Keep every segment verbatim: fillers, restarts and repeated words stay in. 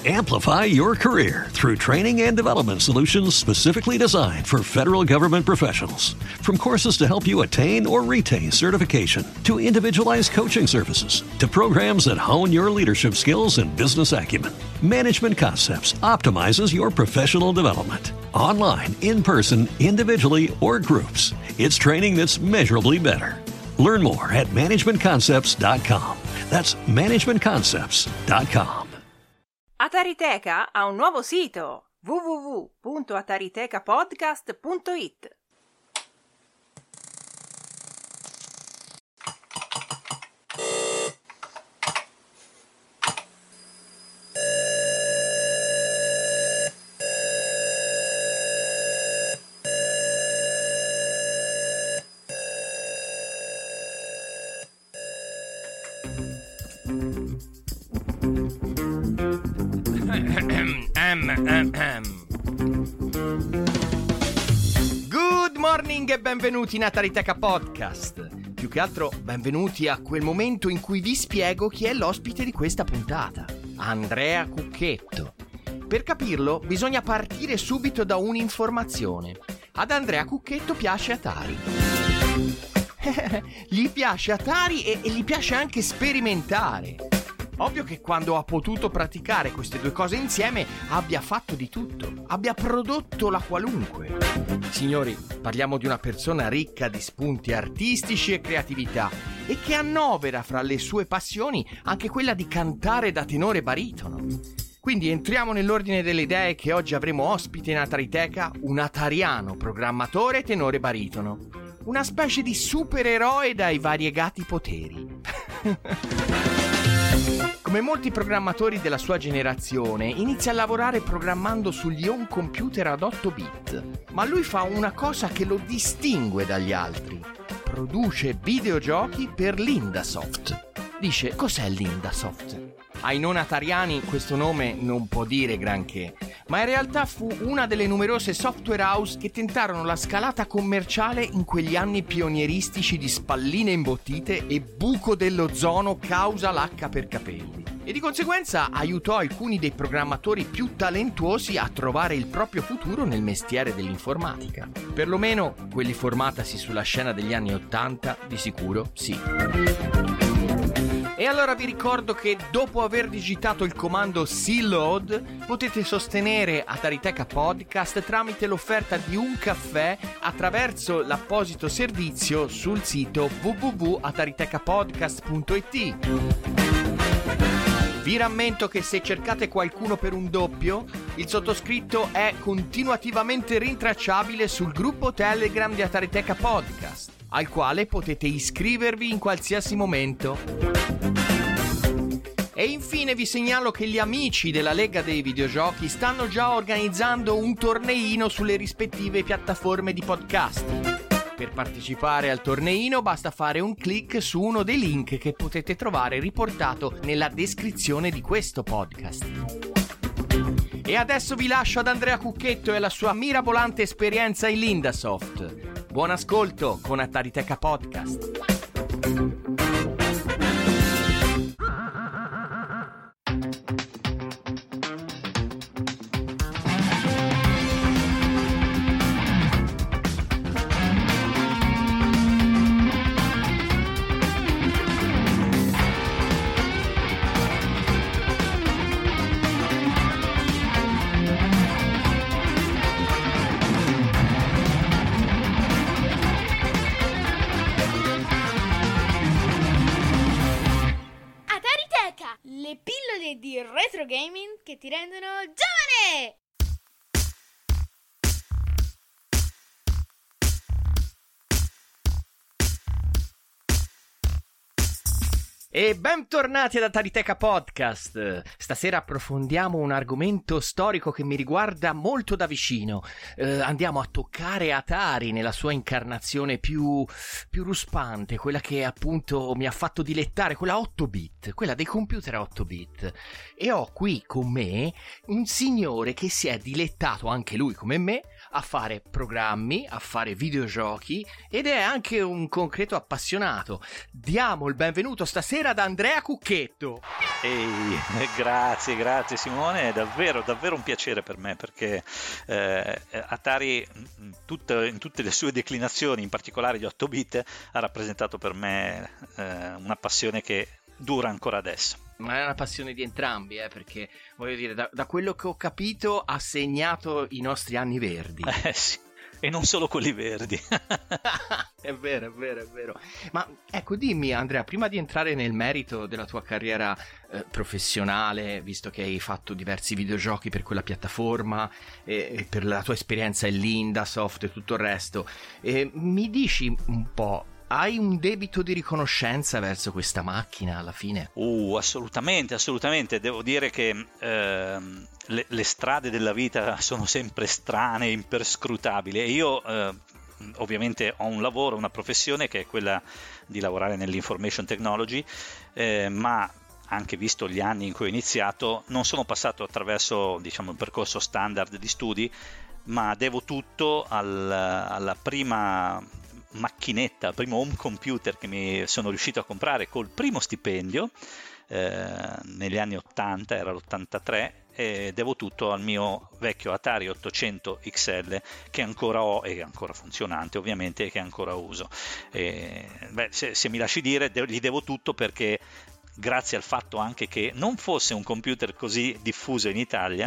Amplify your career through training and development solutions specifically designed for federal government professionals. From courses to help you attain or retain certification, to individualized coaching services, to programs that hone your leadership skills and business acumen, Management Concepts optimizes your professional development. Online, in person, individually, or groups, it's training that's measurably better. Learn more at management concepts dot com. That's management concepts dot com. Atariteca ha un nuovo sito, w w w punto ataritecapodcast punto it. Good morning e benvenuti in Atariteca Podcast. Più che altro benvenuti a quel momento in cui vi spiego chi è l'ospite di questa puntata, Andrea Cucchetto. Per capirlo bisogna partire subito da un'informazione. Ad Andrea Cucchetto piace Atari. Gli piace Atari e, e gli piace anche sperimentare. Ovvio che quando ha potuto praticare queste due cose insieme abbia fatto di tutto, abbia prodotto la qualunque. Signori, parliamo di una persona ricca di spunti artistici e creatività e che annovera fra le sue passioni anche quella di cantare da tenore baritono. Quindi entriamo nell'ordine delle idee che oggi avremo ospite in Atariteca un atariano programmatore tenore baritono. Una specie di supereroe dai variegati poteri. Come molti programmatori della sua generazione, inizia a lavorare programmando sugli home computer ad otto bit. Ma lui fa una cosa che lo distingue dagli altri. Produce videogiochi per Lindasoft. Dice, cos'è Lindasoft? Ai non atariani questo nome non può dire granché, ma in realtà fu una delle numerose software house che tentarono la scalata commerciale in quegli anni pionieristici di spalline imbottite e buco dell'ozono causa l'acca per capelli. E di conseguenza aiutò alcuni dei programmatori più talentuosi a trovare il proprio futuro nel mestiere dell'informatica. Perlomeno quelli formatasi sulla scena degli anni ottanta, di sicuro sì. E allora vi ricordo che dopo aver digitato il comando cload potete sostenere Atariteca Podcast tramite l'offerta di un caffè attraverso l'apposito servizio sul sito w w w punto ataritecapodcast punto it. Vi rammento che se cercate qualcuno per un doppio, il sottoscritto è continuativamente rintracciabile sul gruppo Telegram di Atariteca Podcast, al quale potete iscrivervi in qualsiasi momento. E infine vi segnalo che gli amici della Lega dei Videogiochi stanno già organizzando un torneino sulle rispettive piattaforme di podcast. Per partecipare al torneino basta fare un click su uno dei link che potete trovare riportato nella descrizione di questo podcast. E adesso vi lascio ad Andrea Cucchetto e alla sua mirabolante esperienza in Lindasoft. Buon ascolto con Atariteca Podcast. Le pillole di retro gaming che ti rendono giovane! E bentornati ad Atariteca Podcast. Stasera approfondiamo un argomento storico che mi riguarda molto da vicino. Eh, andiamo a toccare Atari nella sua incarnazione più, più ruspante, quella che appunto mi ha fatto dilettare, quella otto bit, quella dei computer a otto bit. E ho qui con me un signore che si è dilettato, anche lui come me, a fare programmi, a fare videogiochi ed è anche un concreto appassionato. Diamo il benvenuto stasera ad Andrea Cucchetto. Ehi, grazie, grazie Simone, è davvero, davvero un piacere per me perché eh, Atari in tutte, in tutte le sue declinazioni, in particolare gli otto bit, ha rappresentato per me eh, una passione che dura ancora adesso. Ma è una passione di entrambi, eh, perché voglio dire, da, da quello che ho capito ha segnato i nostri anni verdi. Eh sì, e non solo quelli verdi. È vero, è vero, è vero. Ma ecco, dimmi Andrea, prima di entrare nel merito della tua carriera eh, professionale, visto che hai fatto diversi videogiochi per quella piattaforma e, e per la tua esperienza in Lindasoft e tutto il resto, eh, mi dici un po', hai un debito di riconoscenza verso questa macchina alla fine? Uh, assolutamente, assolutamente. Devo dire che ehm, le, le strade della vita sono sempre strane, imperscrutabili. E io eh, ovviamente ho un lavoro, una professione che è quella di lavorare nell'information technology, eh, ma anche visto gli anni in cui ho iniziato, non sono passato attraverso, diciamo, un percorso standard di studi, ma devo tutto al, alla prima macchinetta, al primo home computer che mi sono riuscito a comprare col primo stipendio eh, negli anni ottanta, era l'ottantatré, e devo tutto al mio vecchio Atari ottocento X L che ancora ho e che è ancora funzionante ovviamente e che ancora uso. E, beh, se, se mi lasci dire, de- gli devo tutto perché grazie al fatto anche che non fosse un computer così diffuso in Italia,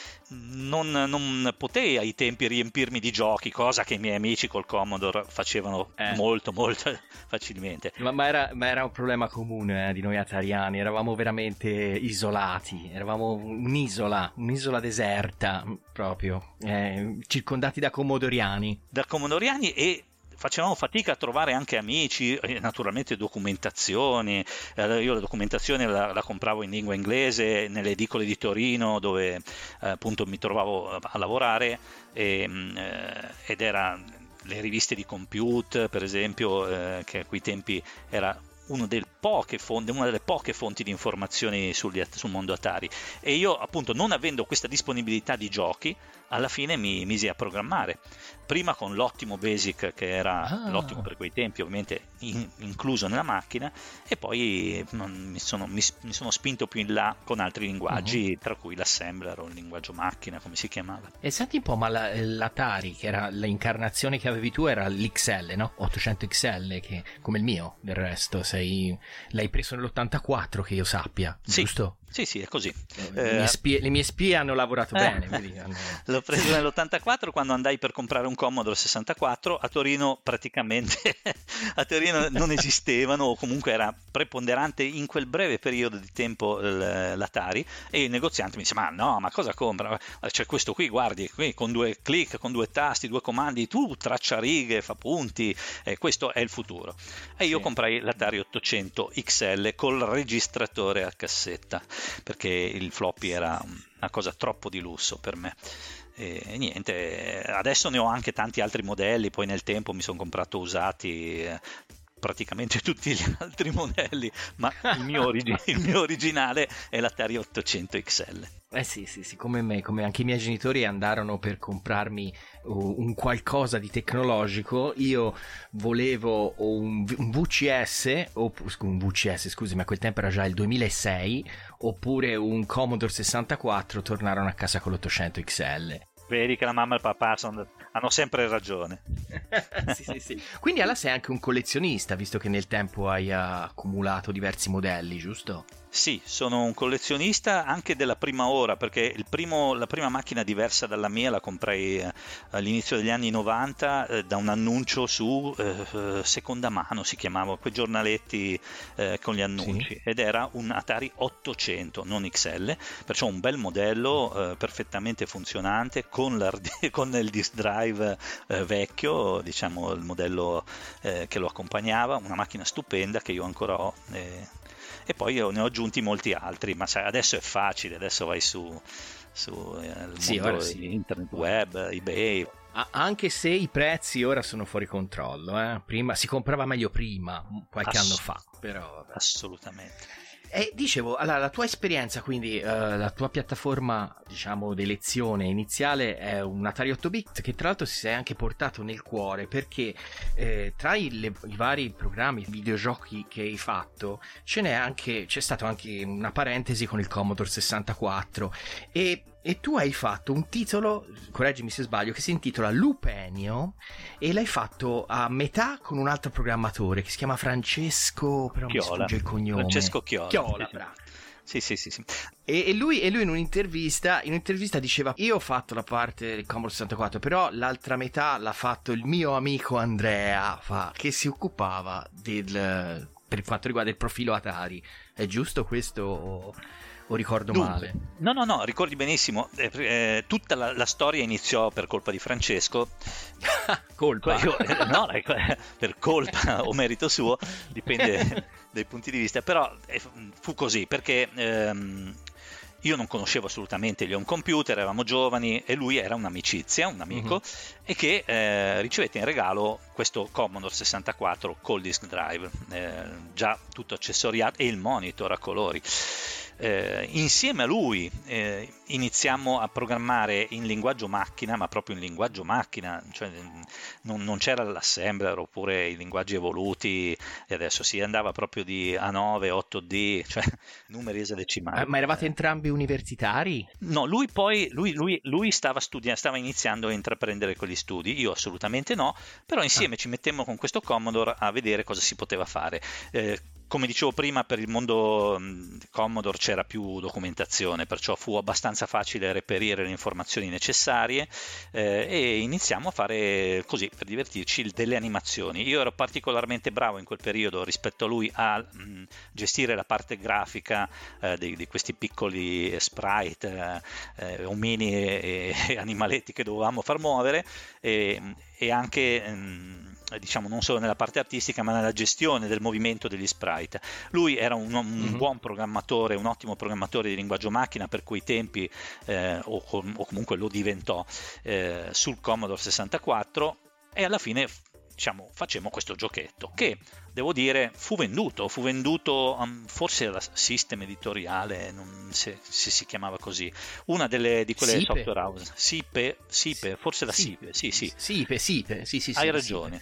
Non, non potei ai tempi riempirmi di giochi, cosa che i miei amici col Commodore facevano eh. molto molto facilmente. Ma, ma, era, ma era un problema comune eh, di noi atariani, eravamo veramente isolati, eravamo un'isola, un'isola deserta proprio, eh, circondati da commodoriani. Da commodoriani e facevamo fatica a trovare anche amici, e naturalmente documentazioni. Eh, io la documentazione la, la compravo in lingua inglese nelle edicole di Torino dove eh, appunto mi trovavo a lavorare e, eh, ed era le riviste di Compute per esempio, eh, che a quei tempi era Uno delle poche fonti, una delle poche fonti di informazioni sugli, sul mondo Atari, e io appunto non avendo questa disponibilità di giochi alla fine mi misi a programmare, prima con l'Ottimo Basic che era ah. l'Ottimo per quei tempi ovviamente in, incluso nella macchina, e poi mi sono, mi, mi sono spinto più in là con altri linguaggi, uh-huh. tra cui l'Assembler o il linguaggio macchina come si chiamava. E senti un po', ma la, l'Atari che era l'incarnazione che avevi tu era l'X L, no? ottocento X L, che come il mio del resto sei, l'hai preso nell'ottantaquattro che io sappia, sì. giusto? Sì, sì, è così. Le mie spie, le mie spie hanno lavorato eh, bene. Quindi hanno... L'ho preso nell'ottantaquattro quando andai per comprare un Commodore sessantaquattro. A Torino praticamente a Torino non esistevano, o comunque era preponderante in quel breve periodo di tempo l'Atari, e il negoziante mi dice: ma no, ma cosa compra? C'è questo qui, guardi, qui con due clic, con due tasti, due comandi, tu traccia righe, fa punti, eh, questo è il futuro. E io sì. comprai l'Atari ottocento X L col registratore a cassetta, perché il floppy era una cosa troppo di lusso per me. E niente, adesso ne ho anche tanti altri modelli, poi nel tempo mi sono comprato usati eh, praticamente tutti gli altri modelli, ma il mio, origi- il mio originale è l'Atari ottocento X L. Eh sì, sì, sì, come me, come anche i miei genitori andarono per comprarmi uh, un qualcosa di tecnologico, io volevo un, un V C S, o un V C S, scusi, ma a quel tempo era già il duemilasei, oppure un Commodore sessantaquattro, tornarono a casa con l'ottocento X L. Vedi che la mamma e il papà sono, hanno sempre ragione. sì, sì, sì. Quindi alla sei anche un collezionista, visto che nel tempo hai accumulato diversi modelli, giusto? Sì, sono un collezionista anche della prima ora, perché il primo, la prima macchina diversa dalla mia la comprai eh, all'inizio degli anni novanta eh, da un annuncio su eh, Seconda Mano, si chiamava, quei giornaletti eh, con gli annunci, sì. Ed era un Atari ottocento, non X L, perciò un bel modello eh, perfettamente funzionante con, con il disk drive eh, vecchio, diciamo il modello eh, che lo accompagnava, una macchina stupenda che io ancora ho. Eh, E poi ne ho aggiunti molti altri, ma sai, adesso è facile, adesso vai su, su eh, il sì, mondo sì. internet, web, eBay. Anche se i prezzi ora sono fuori controllo, eh? Prima si comprava meglio prima, qualche Ass- anno fa, però vabbè. Assolutamente. E dicevo, allora, la tua esperienza, quindi uh, la tua piattaforma, diciamo, di lezione iniziale è un Atari otto bit che tra l'altro si sei anche portato nel cuore, perché eh, tra i, le, i vari programmi, videogiochi che hai fatto, ce n'è anche, c'è stato anche una parentesi con il Commodore sessantaquattro e E tu hai fatto un titolo, correggimi se sbaglio, che si intitola Lupenio, e l'hai fatto a metà con un altro programmatore che si chiama Francesco, però Chiola. mi sfugge il cognome. Francesco Chiola. Chiola, sì, bravo. Sì, sì, sì, sì. E, e, lui, e lui in un'intervista, in un'intervista diceva: io ho fatto la parte del Commodore sessantaquattro, però l'altra metà l'ha fatto il mio amico Andrea, fa, che si occupava del, per quanto riguarda il profilo Atari. È giusto questo o, o ricordo Dunque, male? No, no, no, ricordi benissimo. Eh, eh, tutta la, la storia iniziò per colpa di Francesco. Colpa? Io, eh, no, per colpa o merito suo, dipende dai punti di vista. Però eh, fu così perché ehm, io non conoscevo assolutamente gli home computer, eravamo giovani e lui era un'amicizia, un amico, uh-huh. e che eh, ricevette in regalo questo Commodore sessantaquattro col disk drive, eh, già tutto accessoriato, e il monitor a colori. Eh, insieme a lui eh, iniziamo a programmare in linguaggio macchina, ma proprio in linguaggio macchina, cioè non, non c'era l'assembler oppure i linguaggi evoluti, e adesso si andava proprio di A nove, otto D, cioè numeri esadecimali. Eh, ma eravate entrambi universitari? No, lui poi lui, lui, lui stava studiando, stava iniziando a intraprendere quegli studi, io assolutamente no, però insieme ah. ci mettemmo con questo Commodore a vedere cosa si poteva fare. Eh, Come dicevo prima, per il mondo Commodore c'era più documentazione, perciò fu abbastanza facile reperire le informazioni necessarie eh, e iniziamo a fare così, per divertirci, delle animazioni. Io ero particolarmente bravo in quel periodo rispetto a lui a mh, gestire la parte grafica eh, di, di questi piccoli sprite, eh, omini e, e animaletti che dovevamo far muovere, e, e anche... Mh, diciamo non solo nella parte artistica ma nella gestione del movimento degli sprite. Lui era un, un mm-hmm. buon programmatore, un ottimo programmatore di linguaggio macchina per quei tempi, eh, o, o comunque lo diventò eh, sul Commodore sessantaquattro, e alla fine diciamo facemmo questo giochetto che devo dire fu venduto fu venduto um, forse alla System Editoriale, non se, se si chiamava così, una delle di quelle Sipe. software house, Sipe, Sipe forse la Sipe, sì sì Sipe, Sipe, sì sì sì, hai ragione,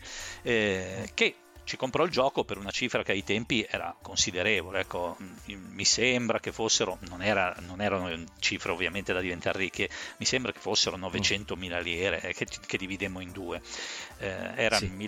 eh, che ci comprò il gioco per una cifra che ai tempi era considerevole, ecco, mi sembra che fossero, non, era, non erano cifre ovviamente da diventare ricche, mi sembra che fossero novecentomila lire, che, che dividemmo in due, eh, era sì.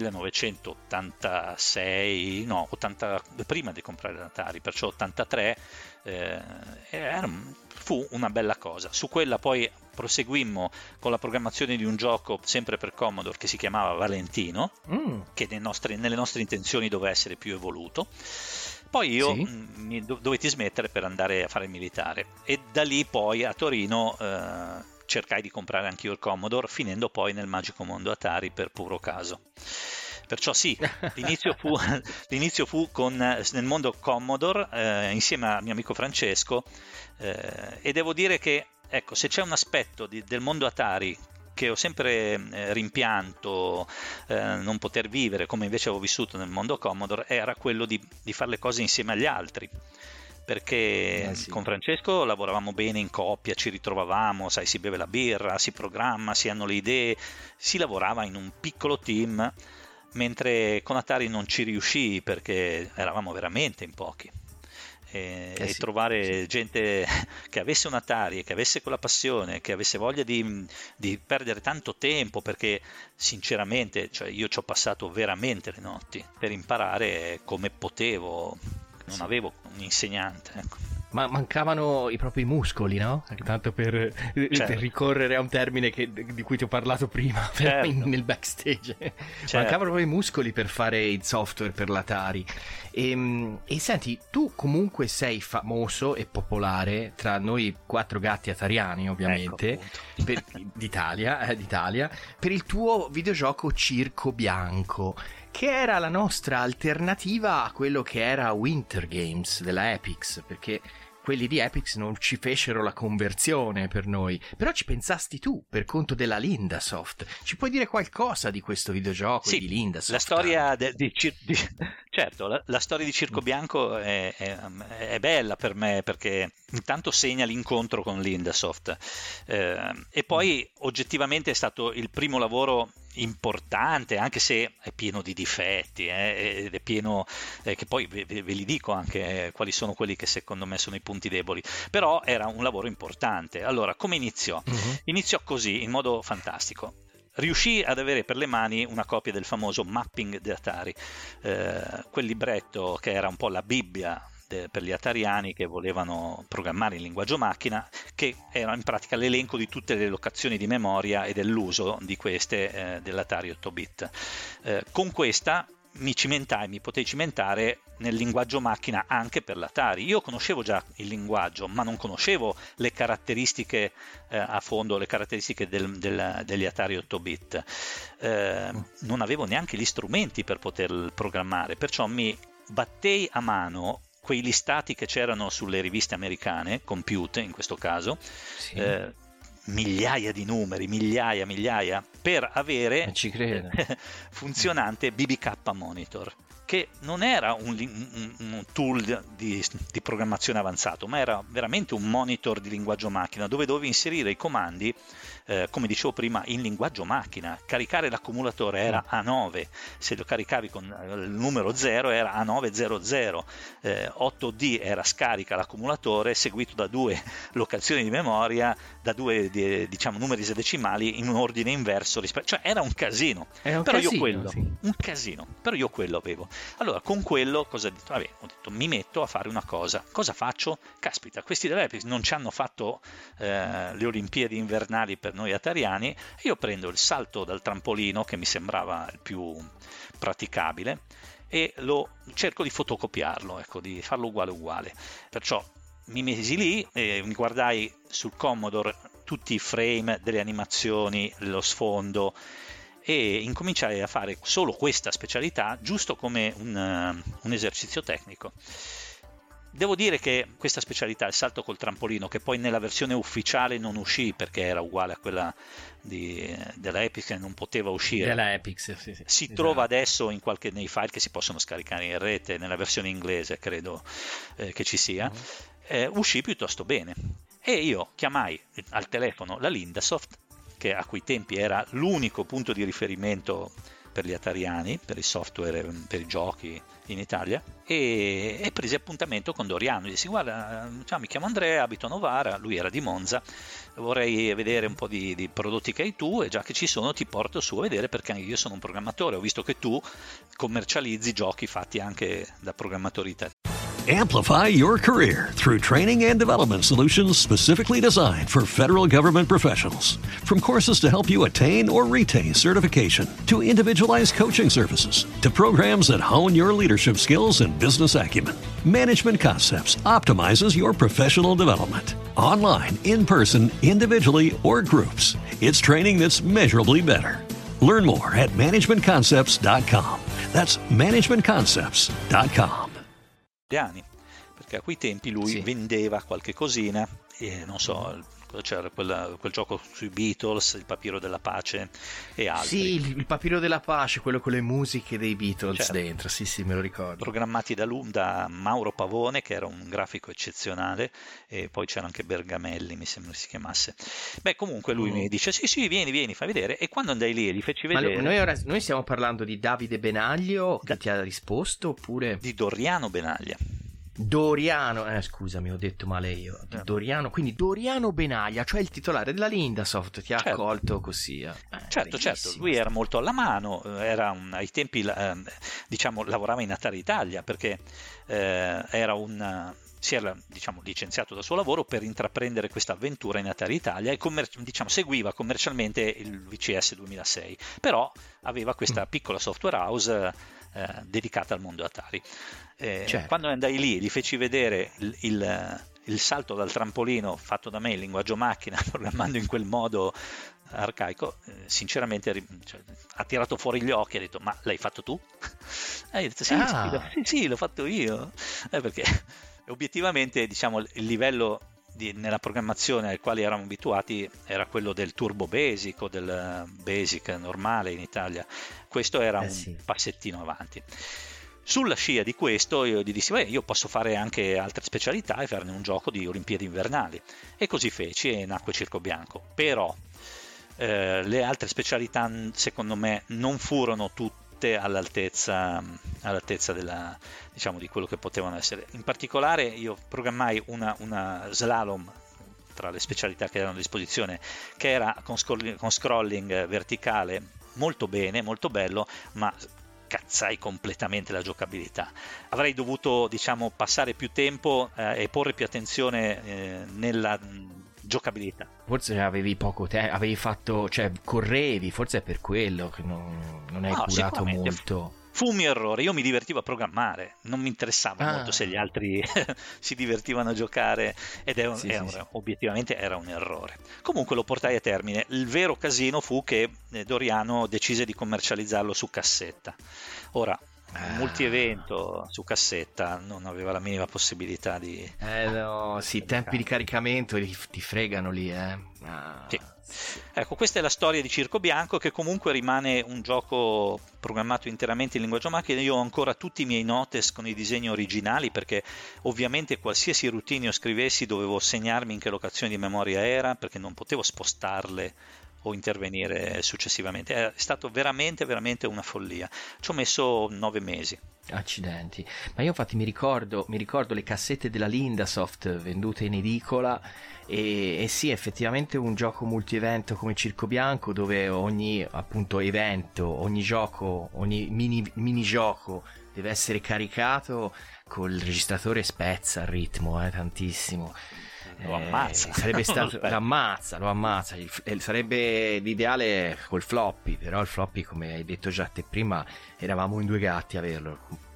millenovecentottantasei, no, ottanta, prima di comprare l'Atari, perciò ottantatré, eh, era, fu una bella cosa. Su quella poi proseguimmo con la programmazione di un gioco sempre per Commodore che si chiamava Valentino, mm. che nei nostri, nelle nostre intenzioni doveva essere più evoluto. Poi io sì. mh, mi do, dovetti smettere per andare a fare il militare, e da lì poi a Torino eh, cercai di comprare anch'io il Commodore, finendo poi nel magico mondo Atari per puro caso. Perciò sì, l'inizio fu, l'inizio fu con, nel mondo Commodore eh, insieme al mio amico Francesco, eh, e devo dire che ecco, se c'è un aspetto di, del mondo Atari che ho sempre eh, rimpianto eh, non poter vivere come invece avevo vissuto nel mondo Commodore, era quello di, di fare le cose insieme agli altri, perché eh sì. con Francesco lavoravamo bene in coppia, ci ritrovavamo, sai, si beve la birra, si programma, si hanno le idee, si lavorava in un piccolo team, mentre con Atari non ci riuscì perché eravamo veramente in pochi. E, eh sì, e trovare sì. gente che avesse un Atari, che avesse quella passione, che avesse voglia di, di perdere tanto tempo, perché sinceramente cioè io ci ho passato veramente le notti per imparare come potevo, non sì. avevo un insegnante, ecco. Ma mancavano i propri muscoli, no? Tanto per, certo. per ricorrere a un termine che, di cui ti ho parlato prima, certo. in, nel backstage. Certo. Mancavano proprio i muscoli per fare il software per l'Atari. E, e senti, tu comunque sei famoso e popolare tra noi quattro gatti atariani, ovviamente, ecco, per, d'Italia, eh, d'Italia, per il tuo videogioco Circo Bianco, che era la nostra alternativa a quello che era Winter Games della Epix, perché quelli di Epix non ci fecero la conversione per noi, però ci pensasti tu per conto della Lindasoft. Ci puoi dire qualcosa di questo videogioco sì, e di Lindasoft? La storia de, di, di, certo, la, la storia di Circo Bianco è, è, è bella per me, perché intanto segna l'incontro con Lindasoft eh, e poi oggettivamente è stato il primo lavoro importante, anche se è pieno di difetti eh, ed è pieno eh, che poi ve, ve li dico anche eh, quali sono quelli che secondo me sono i punti deboli, però era un lavoro importante. Allora, come iniziò? Uh-huh. Iniziò così, in modo fantastico. Riuscì ad avere per le mani una copia del famoso mapping di Atari, eh, quel libretto che era un po' la Bibbia per gli atariani che volevano programmare in linguaggio macchina, che era in pratica l'elenco di tutte le locazioni di memoria e dell'uso di queste eh, dell'Atari otto bit. Eh, con questa mi cimentai, mi potei cimentare nel linguaggio macchina anche per l'Atari. Io conoscevo già il linguaggio, ma non conoscevo le caratteristiche eh, a fondo, le caratteristiche del, del, degli Atari otto bit. Eh, non avevo neanche gli strumenti per poter programmare, perciò mi battei a mano quei listati che c'erano sulle riviste americane, Compute in questo caso, sì. eh, migliaia di numeri, migliaia, migliaia, per avere ci credo. funzionante B B K Monitor, che non era un, un, un tool di, di programmazione avanzato, ma era veramente un monitor di linguaggio macchina, dove dovevi inserire i comandi, eh, come dicevo prima, in linguaggio macchina. Caricare l'accumulatore era A nove, se lo caricavi con il numero zero era A nove zero zero, eh, otto D era scarica l'accumulatore, seguito da due locazioni di memoria, da due di, diciamo numeri esadecimali in un ordine inverso, rispetto, cioè era un casino. Era un però casino, io quello, sì. un casino, però io quello avevo. Allora, con quello cosa ho detto? Vabbè, ho detto, mi metto a fare una cosa. Cosa faccio? Caspita, questi dell'Epic non ci hanno fatto eh, le Olimpiadi invernali per noi atariani. Io prendo il salto dal trampolino, che mi sembrava il più praticabile, e lo cerco di fotocopiarlo, ecco, di farlo uguale uguale. Perciò mi mesi lì e mi guardai sul Commodore tutti i frame delle animazioni, lo sfondo, e incominciai a fare solo questa specialità, giusto come un, uh, un esercizio tecnico. Devo dire che questa specialità, il salto col trampolino, che poi nella versione ufficiale non uscì perché era uguale a quella di, della Epic e non poteva uscire, della Epic, sì, sì, si esatto. trova adesso in qualche, nei file che si possono scaricare in rete, nella versione inglese credo eh, che ci sia, uh-huh. eh, uscì piuttosto bene. E io chiamai al telefono la Lindasoft, che a quei tempi era l'unico punto di riferimento per gli atariani, per il software, per i giochi in Italia, e, e presi appuntamento con Doriano. Gli dissi: guarda, ciao, mi chiamo Andrea, abito a Novara, lui era di Monza, vorrei vedere un po' di, di prodotti che hai tu, e già che ci sono ti porto su a vedere, perché anche io sono un programmatore, ho visto che tu commercializzi giochi fatti anche da programmatori italiani. Amplify your career through training and development solutions specifically designed for federal government professionals. From courses to help you attain or retain certification, to individualized coaching services, to programs that hone your leadership skills and business acumen, Management Concepts optimizes your professional development. Online, in person, individually, or groups, it's training that's measurably better. Learn more at management concepts dot com. That's management concepts dot com. Perché a quei tempi lui sì. vendeva qualche cosina, e non so, c'era quel, quel gioco sui Beatles, il Papiro della Pace e altri. Sì, il Papiro della Pace, quello con le musiche dei Beatles, certo. dentro, sì sì, me lo ricordo. Programmati da, lui, da Mauro Pavone, che era un grafico eccezionale, e poi c'era anche Bergamelli, mi sembra si chiamasse. Beh, comunque lui mm. mi dice sì sì, vieni, vieni, fai vedere, e quando andai lì e gli feci vedere... Ma noi, ora, noi stiamo parlando di Davide Benaglio, che da... ti ha risposto, oppure... Di Doriano Benaglia. Doriano, eh, scusami, ho detto male io. Eh. Doriano, quindi Doriano Benaglia, cioè il titolare della Lindasoft, ti ha certo. accolto così. Eh. Certo, certo, lui era molto alla mano, era un, ai tempi eh, diciamo lavorava in Atari Italia, perché eh, era un si era diciamo licenziato dal suo lavoro per intraprendere questa avventura in Atari Italia, e commer- diciamo seguiva commercialmente il V C S duemilasei, però aveva questa mm. piccola software house eh, dedicata al mondo Atari. Eh, certo. Quando andai lì gli feci vedere il, il, il salto dal trampolino fatto da me in linguaggio macchina, programmando in quel modo arcaico, eh, sinceramente cioè, ha tirato fuori gli occhi e ha detto: ma l'hai fatto tu? E io ho detto sì, ah. sì, sì, sì, l'ho fatto io, eh, perché obiettivamente, diciamo, il livello di, nella programmazione al quale eravamo abituati era quello del Turbo Basic o del Basic normale in Italia. Questo era eh un sì. passettino avanti. Sulla scia di questo io gli dissi, beh, io posso fare anche altre specialità e farne un gioco di Olimpiadi invernali, e così feci e nacque Circo Bianco. Però eh, le altre specialità secondo me non furono tutte all'altezza, all'altezza della, diciamo, di quello che potevano essere. In particolare io programmai una, una slalom tra le specialità che erano a disposizione, che era con scrolling, con scrolling verticale, molto bene, molto bello, ma cazzai completamente la giocabilità. Avrei dovuto, diciamo, passare più tempo eh, e porre più attenzione eh, nella mh, giocabilità. Forse avevi poco tempo, avevi fatto, cioè correvi, forse è per quello che non, non hai no, curato molto. Fu un mio errore, io mi divertivo a programmare, non mi interessava ah. molto se gli altri si divertivano a giocare, ed è un, sì, è sì, un, sì. obiettivamente era un errore. Comunque lo portai a termine. Il vero casino fu che Doriano decise di commercializzarlo su cassetta. Ora, un multi-evento su cassetta non aveva la minima possibilità di... Eh no, sì, i tempi di caricamento ti, ti fregano lì, eh. Ah. Sì. Ecco, questa è la storia di Circo Bianco, che comunque rimane un gioco programmato interamente in linguaggio macchina. Io ho ancora tutti i miei notes con i disegni originali, perché ovviamente qualsiasi routine io scrivessi dovevo segnarmi in che locazione di memoria era, perché non potevo spostarle o intervenire successivamente. È stato veramente veramente una follia. Ci ho messo nove mesi. Accidenti. Ma io infatti mi ricordo mi ricordo le cassette della Lindasoft vendute in edicola, e, e sì, effettivamente un gioco multi-evento come Circo Bianco, dove ogni appunto evento, ogni gioco, ogni mini minigioco deve essere caricato col registratore, spezza il ritmo, eh, tantissimo. Lo ammazza. Eh, sarebbe stato, lo ammazza, lo ammazza. Il, eh, sarebbe l'ideale col floppy, però il floppy, come hai detto già te prima, eravamo in due gatti a averlo.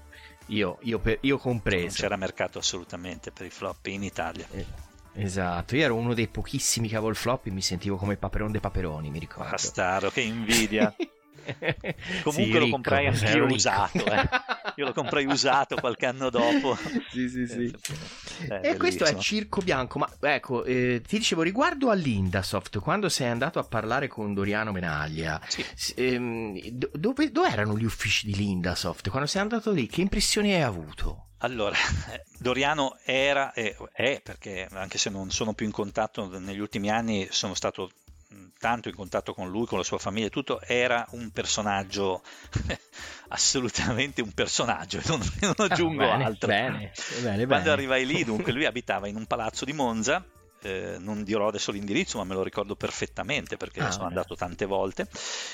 Io, io, per, io compreso. Non c'era mercato assolutamente per i floppy in Italia. Eh, esatto, io ero uno dei pochissimi che avevo il floppy, mi sentivo come Paperon dei Paperoni, mi ricordo. Bastardo, che invidia. Comunque sì, lo ricco, comprai anch'io usato, eh. Io lo comprai usato qualche anno dopo. Sì, sì, sì. Eh, e questo è Circo Bianco. Ma ecco, eh, ti dicevo, riguardo all'Indasoft, quando sei andato a parlare con Doriano Menaglia, sì. ehm, dove, dove erano gli uffici di Lindasoft? Quando sei andato lì, che impressioni hai avuto? Allora, Doriano era, è, è, perché anche se non sono più in contatto negli ultimi anni, sono stato tanto in contatto con lui, con la sua famiglia e tutto, era un personaggio, assolutamente un personaggio, non, non aggiungo ah, bene, altro. Bene, bene, Quando bene. arrivai lì, dunque, lui abitava in un palazzo di Monza, eh, non dirò adesso l'indirizzo, ma me lo ricordo perfettamente perché ah, sono beh. andato tante volte,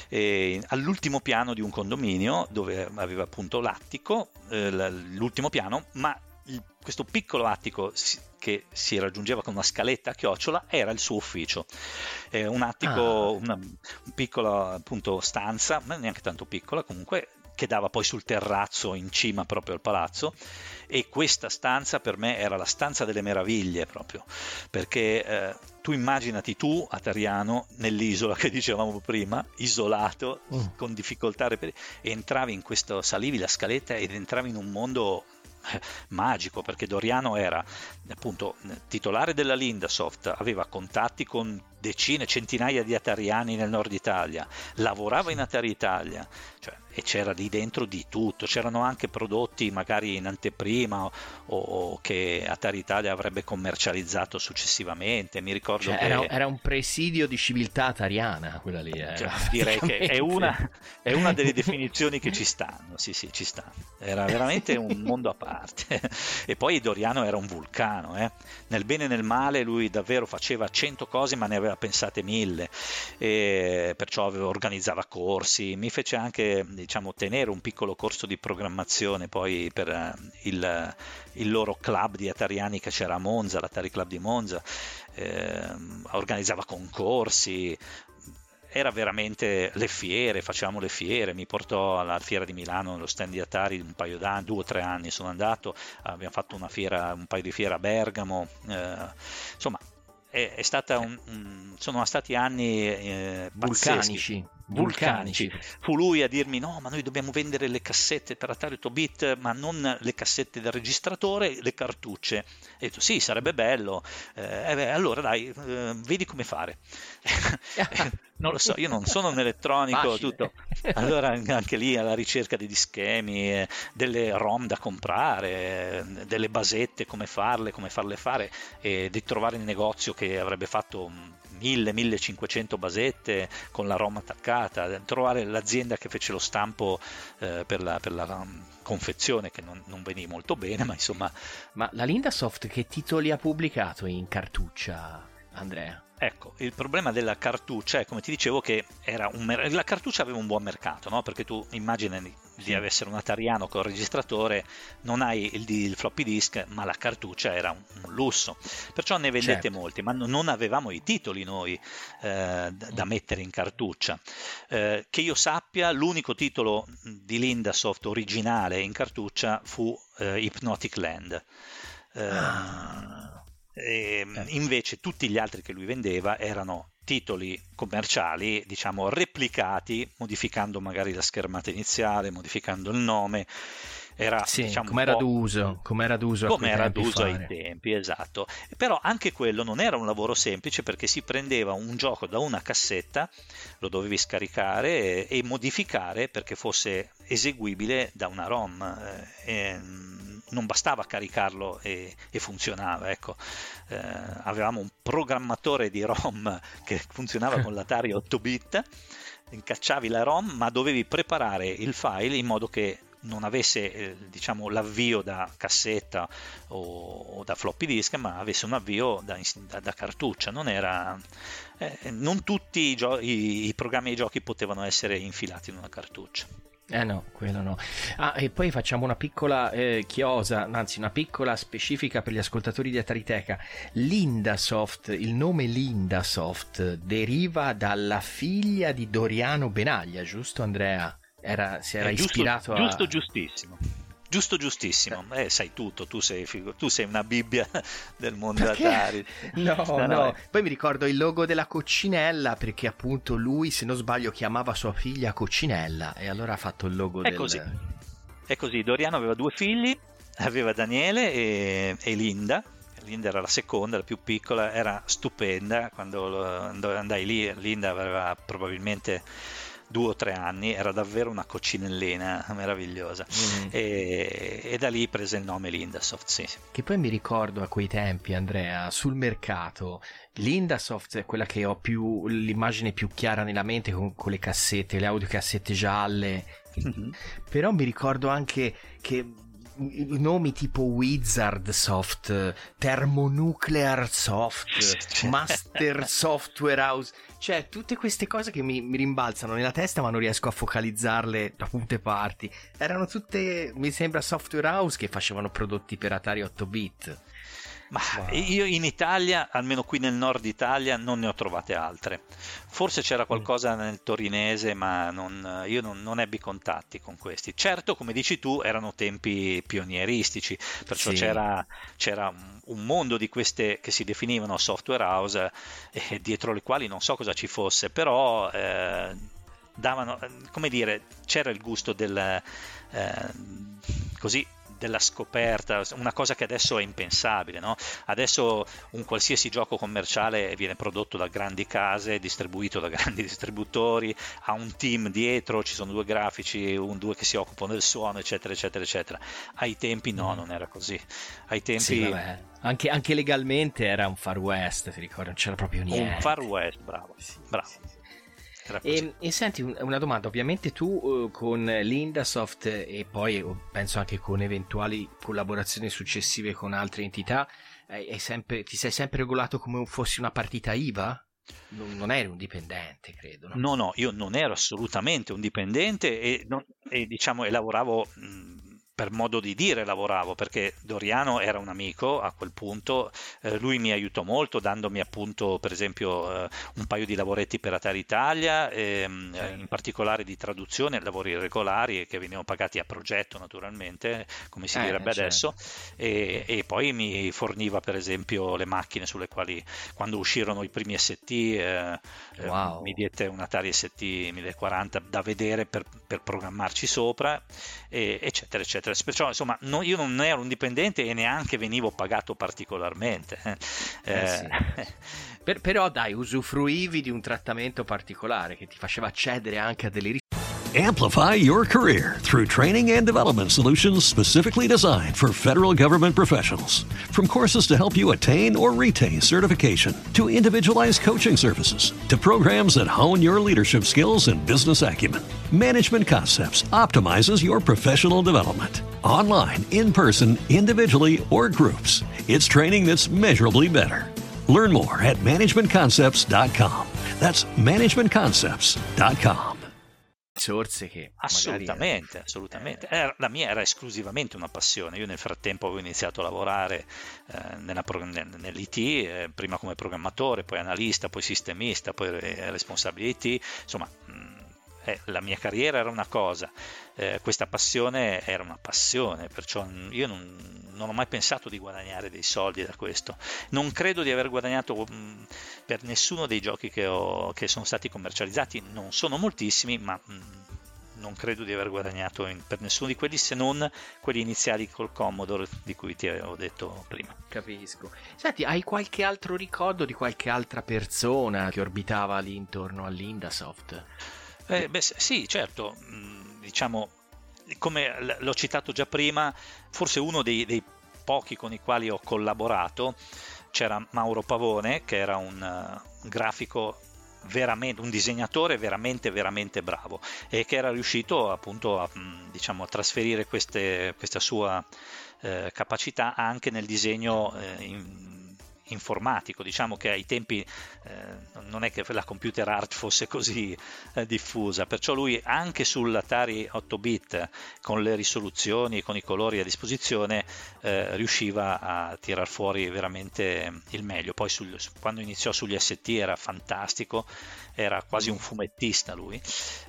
e all'ultimo piano di un condominio dove aveva appunto l'attico, eh, l'ultimo piano, ma il, questo piccolo attico che si raggiungeva con una scaletta a chiocciola era il suo ufficio, eh, un attico, ah. una, una piccola appunto stanza, ma neanche tanto piccola comunque, che dava poi sul terrazzo in cima proprio al palazzo. E questa stanza per me era la stanza delle meraviglie, proprio perché eh, tu immaginati tu a Tariano, nell'isola che dicevamo prima, isolato, mm. con difficoltà a reperire, e entravi in questo, salivi la scaletta ed entravi in un mondo magico, perché Doriano era appunto titolare della Lindasoft, aveva contatti con decine, centinaia di atariani nel nord Italia, lavorava in Atari Italia, cioè, e c'era lì dentro di tutto, c'erano anche prodotti magari in anteprima o, o che Atari Italia avrebbe commercializzato successivamente. Mi ricordo cioè, che era, era un presidio di civiltà atariana quella lì, eh. Cioè, direi che è una, è una delle definizioni che ci stanno, sì sì ci sta, era veramente un mondo a parte. E poi Doriano era un vulcano, eh. Nel bene e nel male lui davvero faceva cento cose, ma ne aveva pensate mille, e perciò aveva, organizzava corsi, mi fece anche, diciamo, tenere un piccolo corso di programmazione poi per uh, il, il loro club di atariani che c'era a Monza, l'Atari Club di Monza, eh, organizzava concorsi. Era veramente, le fiere, facevamo le fiere, mi portò alla fiera di Milano, nello stand di Atari un paio d'anni, due o tre anni sono andato, abbiamo fatto una fiera, un paio di fiere a Bergamo, eh, insomma è, è stata un, un, sono stati anni eh, vulcanici. vulcanici. Fu lui a dirmi no, ma noi dobbiamo vendere le cassette per Atari otto bit, ma non le cassette del registratore, le cartucce. E ho detto sì, sarebbe bello, eh, beh, allora dai, eh, vedi come fare. Non lo so, io non sono un elettronico. Facile. Tutto. Allora anche lì alla ricerca di schemi, eh, delle ROM da comprare, eh, delle basette, come farle, come farle fare, e di trovare il negozio che avrebbe fatto mille millecinquecento basette con la ROM attaccata, trovare l'azienda che fece lo stampo eh, per la, per la um, confezione, che non, non venì molto bene, ma insomma. Ma la Lindasoft che titoli ha pubblicato in cartuccia, Andrea? Ecco, il problema della cartuccia è, come ti dicevo, che era un mer- la cartuccia aveva un buon mercato, no? Perché tu immagini di sì. essere un atariano con il registratore, non hai il, il floppy disk, ma la cartuccia era un, un lusso, perciò ne vendette certo. molti, ma non avevamo i titoli noi eh, da mettere in cartuccia. Eh, che io sappia, l'unico titolo di Lindasoft originale in cartuccia fu eh, Hypnotic Land. Eh, ah. E invece tutti gli altri che lui vendeva erano titoli commerciali, diciamo replicati, modificando magari la schermata iniziale, modificando il nome. Era, sì, diciamo, come era d'uso, come era d'uso, come era tempi d'uso fare. ai tempi, esatto. Però anche quello non era un lavoro semplice, perché si prendeva un gioco da una cassetta, lo dovevi scaricare e, e modificare perché fosse eseguibile da una ROM. E non bastava caricarlo e, e funzionava, ecco. Eh, avevamo un programmatore di ROM che funzionava con l'Atari otto bit, incacciavi la ROM, ma dovevi preparare il file in modo che non avesse eh, diciamo l'avvio da cassetta o, o da floppy disk, ma avesse un avvio da, da, da cartuccia. Non era eh, non tutti i, gio- i, i programmi e i giochi potevano essere infilati in una cartuccia. Eh no, quello no. Ah, e poi facciamo una piccola eh, chiosa, anzi una piccola specifica per gli ascoltatori di Atariteca. Lindasoft, il nome Lindasoft deriva dalla figlia di Doriano Benaglia, giusto Andrea? Era, si era eh, giusto, ispirato a... Giusto, giustissimo. Giusto, giustissimo. Eh, sai tutto, tu sei, figo, tu sei una Bibbia del mondo perché? Atari. No, no, no, no. Poi mi ricordo il logo della coccinella, perché appunto lui, se non sbaglio, chiamava sua figlia Coccinella, e allora ha fatto il logo È del... così. È così. Doriano aveva due figli, aveva Daniele e, e Linda. Linda era la seconda, la più piccola, era stupenda. Quando andai lì, Linda aveva probabilmente due o tre anni, era davvero una coccinellina meravigliosa. Mm. E, e da lì prese il nome Lindasoft, sì. Che poi mi ricordo a quei tempi, Andrea, sul mercato Lindasoft è quella che ho più l'immagine più chiara nella mente, con, con le cassette, le audiocassette gialle. Mm-hmm. Però mi ricordo anche che nomi tipo Wizard Soft, Thermonuclear Soft, Master Software House, cioè tutte queste cose che mi, mi rimbalzano nella testa ma non riesco a focalizzarle da punte parti. Erano tutte, mi sembra, software house che facevano prodotti per Atari otto bit. Ma wow. Io in Italia, almeno qui nel nord Italia, non ne ho trovate altre. Forse c'era qualcosa nel torinese, ma non, io non, non ebbi contatti con questi. Certo, come dici tu, erano tempi pionieristici, perciò sì. c'era, c'era un mondo di queste che si definivano software house, e dietro le quali non so cosa ci fosse, però eh, davano, come dire, c'era il gusto del eh, così della scoperta, una cosa che adesso è impensabile, no? Adesso un qualsiasi gioco commerciale viene prodotto da grandi case, distribuito da grandi distributori, ha un team dietro, ci sono due grafici, un due che si occupano del suono, eccetera eccetera eccetera. Ai tempi no, non era così. Ai tempi sì, vabbè. Anche, anche legalmente era un Far West, ti ricordo, non c'era proprio niente. Un Far West, bravo, sì, bravo. Sì, sì. E, e senti, una domanda, ovviamente tu uh, con Lindasoft e poi uh, penso anche con eventuali collaborazioni successive con altre entità, hai sempre, ti sei sempre regolato come fossi una partita I V A? Non, non eri un dipendente, credo, no? No, no, io non ero assolutamente un dipendente e, non, e diciamo e lavoravo mh, per modo di dire lavoravo, perché Doriano era un amico a quel punto, eh, lui mi aiutò molto dandomi appunto per esempio eh, un paio di lavoretti per Atari Italia, ehm, Certo. in particolare di traduzione, lavori regolari che venivano pagati a progetto naturalmente, come si Eh, direbbe certo. adesso, e, e poi mi forniva per esempio le macchine sulle quali quando uscirono i primi S T eh, eh, Wow. mi diede un Atari S T mille quaranta da vedere per, per programmarci sopra, e, eccetera eccetera. Perciò insomma no, io non ero un dipendente e neanche venivo pagato particolarmente. eh. Eh, sì. Eh, Per- però dai, usufruivi di un trattamento particolare che ti faceva accedere anche a delle Amplify your career through training and development solutions specifically designed for federal government professionals. From courses to help you attain or retain certification, to individualized coaching services, to programs that hone your leadership skills and business acumen, Management Concepts optimizes your professional development. Online, in person, individually, or groups, it's training that's measurably better. Learn more at management concepts dot com. That's management concepts dot com. risorse che assolutamente, magari... assolutamente. Eh... Era, la mia era esclusivamente una passione. Io nel frattempo avevo iniziato a lavorare eh, nella, nell'I T, eh, prima come programmatore, poi analista, poi sistemista, poi eh, responsabile I T. Insomma, mh, eh, la mia carriera era una cosa, eh, questa passione era una passione, perciò io non, non ho mai pensato di guadagnare dei soldi da questo. Non credo di aver guadagnato mh, per nessuno dei giochi che, ho, che sono stati commercializzati, non sono moltissimi, ma mh, non credo di aver guadagnato in, per nessuno di quelli, se non quelli iniziali col Commodore di cui ti avevo detto prima. Capisco. Senti, hai qualche altro ricordo di qualche altra persona che orbitava lì intorno all'Indasoft? Eh, beh, sì, certo, mh, diciamo, come l'ho citato già prima, forse uno dei, dei pochi con i quali ho collaborato, c'era Mauro Pavone, che era un uh, grafico veramente, un disegnatore veramente veramente bravo, e che era riuscito appunto a, diciamo, a trasferire queste, questa sua eh, capacità anche nel disegno eh, in, informatico. Diciamo che ai tempi eh, non è che la computer art fosse così eh, diffusa, perciò lui anche sull'Atari otto bit, con le risoluzioni, con i colori a disposizione, eh, riusciva a tirar fuori veramente il meglio. Poi sul, quando iniziò sugli S T era fantastico, era quasi un fumettista lui,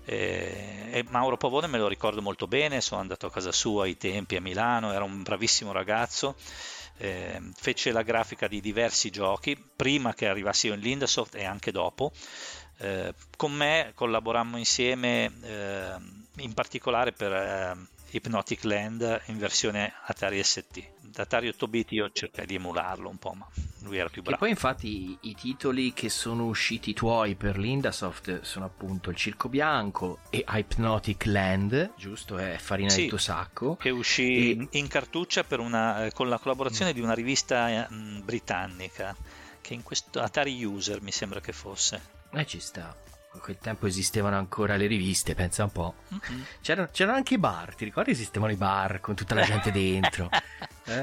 e, e Mauro Pavone me lo ricordo molto bene, sono andato a casa sua ai tempi a Milano, era un bravissimo ragazzo. Eh, fece la grafica di diversi giochi prima che arrivassi io in Lindasoft e anche dopo. Eh, con me collaborammo insieme eh, in particolare per eh, Hypnotic Land in versione Atari S T. Atari otto bit io cercai di emularlo un po', ma lui era più bravo. E poi infatti i, i titoli che sono usciti tuoi per l'Indasoft sono appunto il Circo Bianco e Hypnotic Land, giusto? È farina sì, del tuo sacco. Che uscì e... in cartuccia per una, con la collaborazione mm. di una rivista mh, britannica, che in questo Atari User mi sembra che fosse. Eh, ci sta. A quel tempo esistevano ancora le riviste, pensa un po'. Mm-hmm. C'erano, c'erano anche i bar, ti ricordi? Esistevano i bar con tutta la gente dentro. Eh?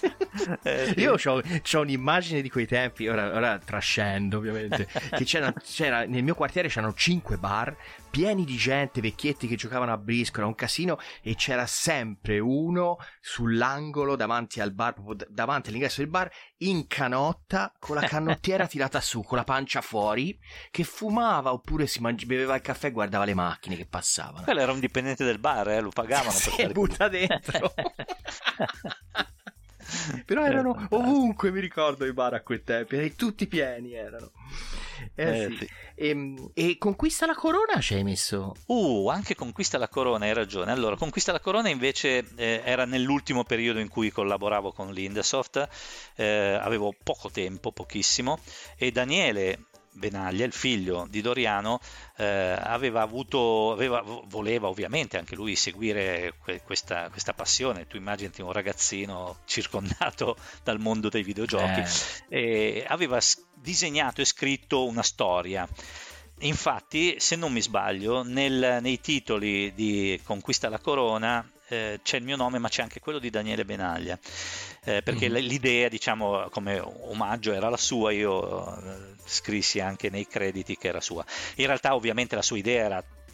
eh, sì. Io ho un'immagine di quei tempi, ora, ora trascendo ovviamente, che c'era, c'era nel mio quartiere c'erano cinque bar pieni di gente, vecchietti che giocavano a brisco, era un casino, e c'era sempre uno sull'angolo davanti al bar, proprio davanti all'ingresso del bar, in canotta, con la canottiera tirata su, con la pancia fuori, che fumava oppure si mangi- beveva il caffè e guardava le macchine che passavano. Quello era un dipendente del bar, eh? Lo pagavano per si butta dentro. Però erano ovunque, mi ricordo, i bar a quei tempi, e tutti pieni erano. Eh, eh, sì. sì. E, e Conquista la Corona ci hai messo? Uh, anche Conquista la Corona, hai ragione. Allora, Conquista la Corona invece eh, era nell'ultimo periodo in cui collaboravo con l'Indasoft, eh, avevo poco tempo, pochissimo, e Daniele Benaglia, il figlio di Doriano, eh, aveva avuto, aveva, voleva ovviamente anche lui seguire que- questa, questa passione. Tu immaginati un ragazzino circondato dal mondo dei videogiochi, eh. e aveva disegnato e scritto una storia. Infatti, se non mi sbaglio, nel, nei titoli di Conquista la Corona eh, c'è il mio nome, ma c'è anche quello di Daniele Benaglia, eh, perché mm-hmm. l'idea, diciamo, come omaggio era la sua. Io eh, scrissi anche nei crediti che era sua. In realtà ovviamente la sua idea era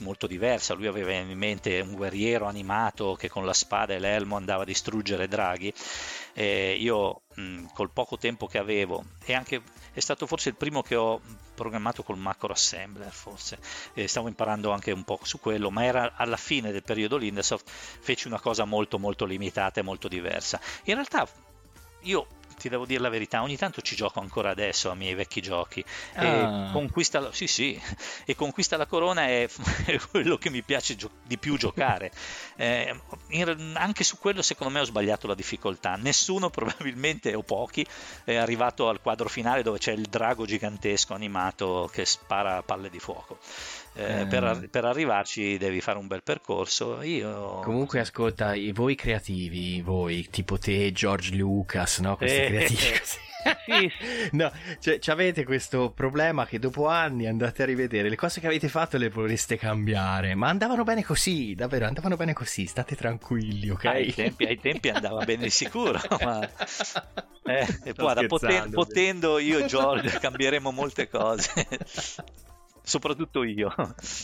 molto diversa. Lui aveva in mente un guerriero animato che con la spada e l'elmo andava a distruggere draghi. Eh, io mh, col poco tempo che avevo, e anche è stato forse il primo che ho programmato col macro assembler, forse eh, stavo imparando anche un po' su quello, ma era alla fine del periodo Lindesoft, feci una cosa molto molto limitata e molto diversa. In realtà io ti devo dire la verità, ogni tanto ci gioco ancora adesso a miei vecchi giochi. Ah. E conquista la, sì, sì, e Conquista la Corona è, è quello che mi piace gio- di più giocare. Eh, in, anche su quello secondo me ho sbagliato la difficoltà. Nessuno probabilmente, o pochi, è arrivato al quadro finale dove c'è il drago gigantesco animato che spara palle di fuoco. Eh, Eh. per, per arrivarci devi fare un bel percorso. Io Comunque ascolta, i- voi creativi, voi tipo te, George Lucas, no? Questi Eh, creativi eh, così. sì, No, cioè avete questo problema che dopo anni andate a rivedere le cose che avete fatto, le vorreste cambiare, ma andavano bene così, davvero andavano bene così, state tranquilli, ok? ai tempi, ai tempi andava bene di sicuro, ma eh, e Sto guarda, poten- scherzando. potendo io e George cambieremo molte cose, soprattutto io.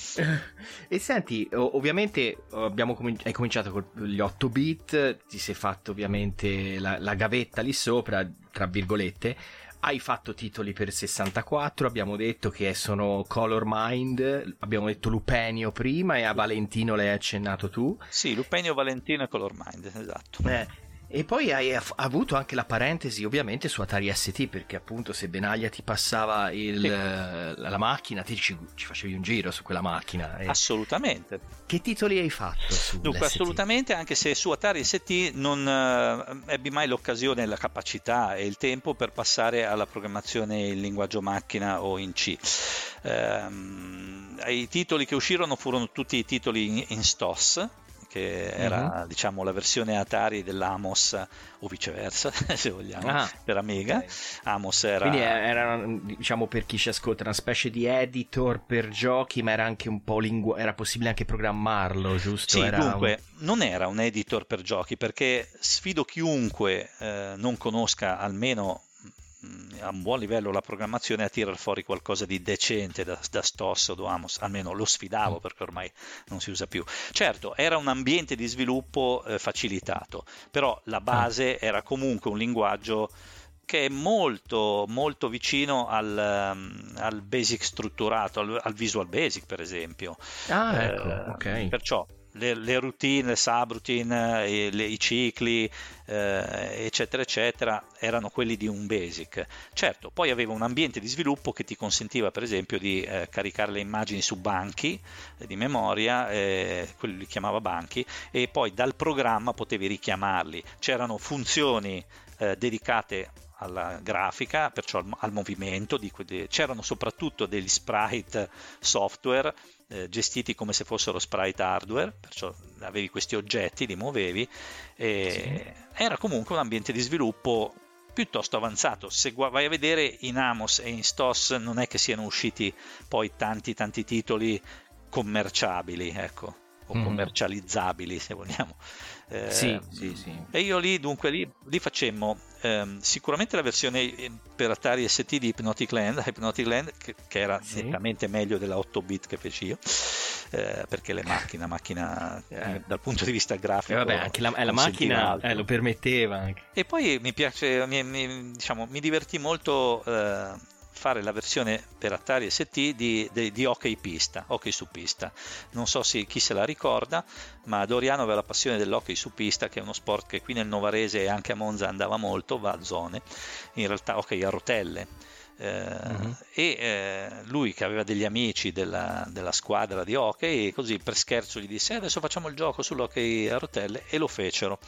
E senti, o- ovviamente abbiamo comin- hai cominciato con gli otto bit, ti sei fatto ovviamente la, la gavetta lì sopra, tra virgolette, hai fatto titoli per sessantaquattro, abbiamo detto che sono Color Mind, abbiamo detto Lupenio prima e a Valentino l'hai accennato tu. Sì, Lupenio, Valentino e Color Mind, esatto. Eh, e poi hai af- avuto anche la parentesi ovviamente su Atari S T, perché appunto se Benaglia ti passava il, Sì. eh, la macchina, ti ci, ci facevi un giro su quella macchina. E Assolutamente. che titoli hai fatto su Dunque, assolutamente, anche se su Atari S T non eh, ebbi mai l'occasione, la capacità e il tempo per passare alla programmazione in linguaggio macchina o in C. Ehm, i titoli che uscirono furono tutti i titoli in, in S T O S, che era Mhm. diciamo la versione Atari dell'Amos, o viceversa se vogliamo, Ah, per Amiga. ok. Amos era Quindi era, diciamo, per chi ci ascolta, una specie di editor per giochi, ma era anche un po' lingu- era possibile anche programmarlo, giusto? Sì, Era dunque, non era un editor per giochi, perché sfido chiunque eh, non conosca almeno mh, a un buon livello la programmazione a tirar fuori qualcosa di decente da, da S T O S o da Amos, almeno lo sfidavo perché ormai non si usa più. Certo, era un ambiente di sviluppo eh, facilitato, però la base era comunque un linguaggio che è molto molto vicino al, um, al basic strutturato, al, al Visual Basic per esempio. Ah, ecco, Eh, ok. Perciò le, le routine, le subroutine, eh, le- i cicli, eh, eccetera, eccetera, erano quelli di un basic. Certo, poi aveva un ambiente di sviluppo che ti consentiva, per esempio, di eh, caricare le immagini su banchi eh, di memoria, eh, quelli li chiamava banchi, e poi dal programma potevi richiamarli. C'erano funzioni eh, dedicate alla grafica, perciò al, al movimento, di, que- c'erano soprattutto degli sprite software eh, gestiti come se fossero sprite hardware, perciò avevi questi oggetti, li muovevi, e era comunque un ambiente di sviluppo piuttosto avanzato. Se gua- vai a vedere in Amos e in S T O S non è che siano usciti poi tanti tanti titoli commerciabili, ecco, o Mhm. commercializzabili se vogliamo. Eh, Sì, sì, sì. E io lì, dunque, lì, lì facemmo ehm, sicuramente la versione per Atari S T di Hypnotic Land, Hypnotic Land che, che era Sì. nettamente meglio della otto bit che feci io, eh, perché le macchine, macchina eh, dal punto di vista E grafico, vabbè, anche la, eh, la consentiva macchina altro. eh, lo permetteva anche. E poi mi piace, mi, mi- diciamo, mi divertì molto eh, fare la versione per Atari S T di, di, di hockey pista, hockey su pista. Non so se chi se la ricorda, ma Doriano aveva la passione dell'hockey su pista, che è uno sport che qui nel Novarese e anche a Monza andava molto, va a zone, in realtà hockey a rotelle. Eh, Mhm. E eh, lui, che aveva degli amici della, della squadra di hockey, così per scherzo gli disse: "Eh, adesso facciamo il gioco sull'hockey a rotelle", e lo fecero.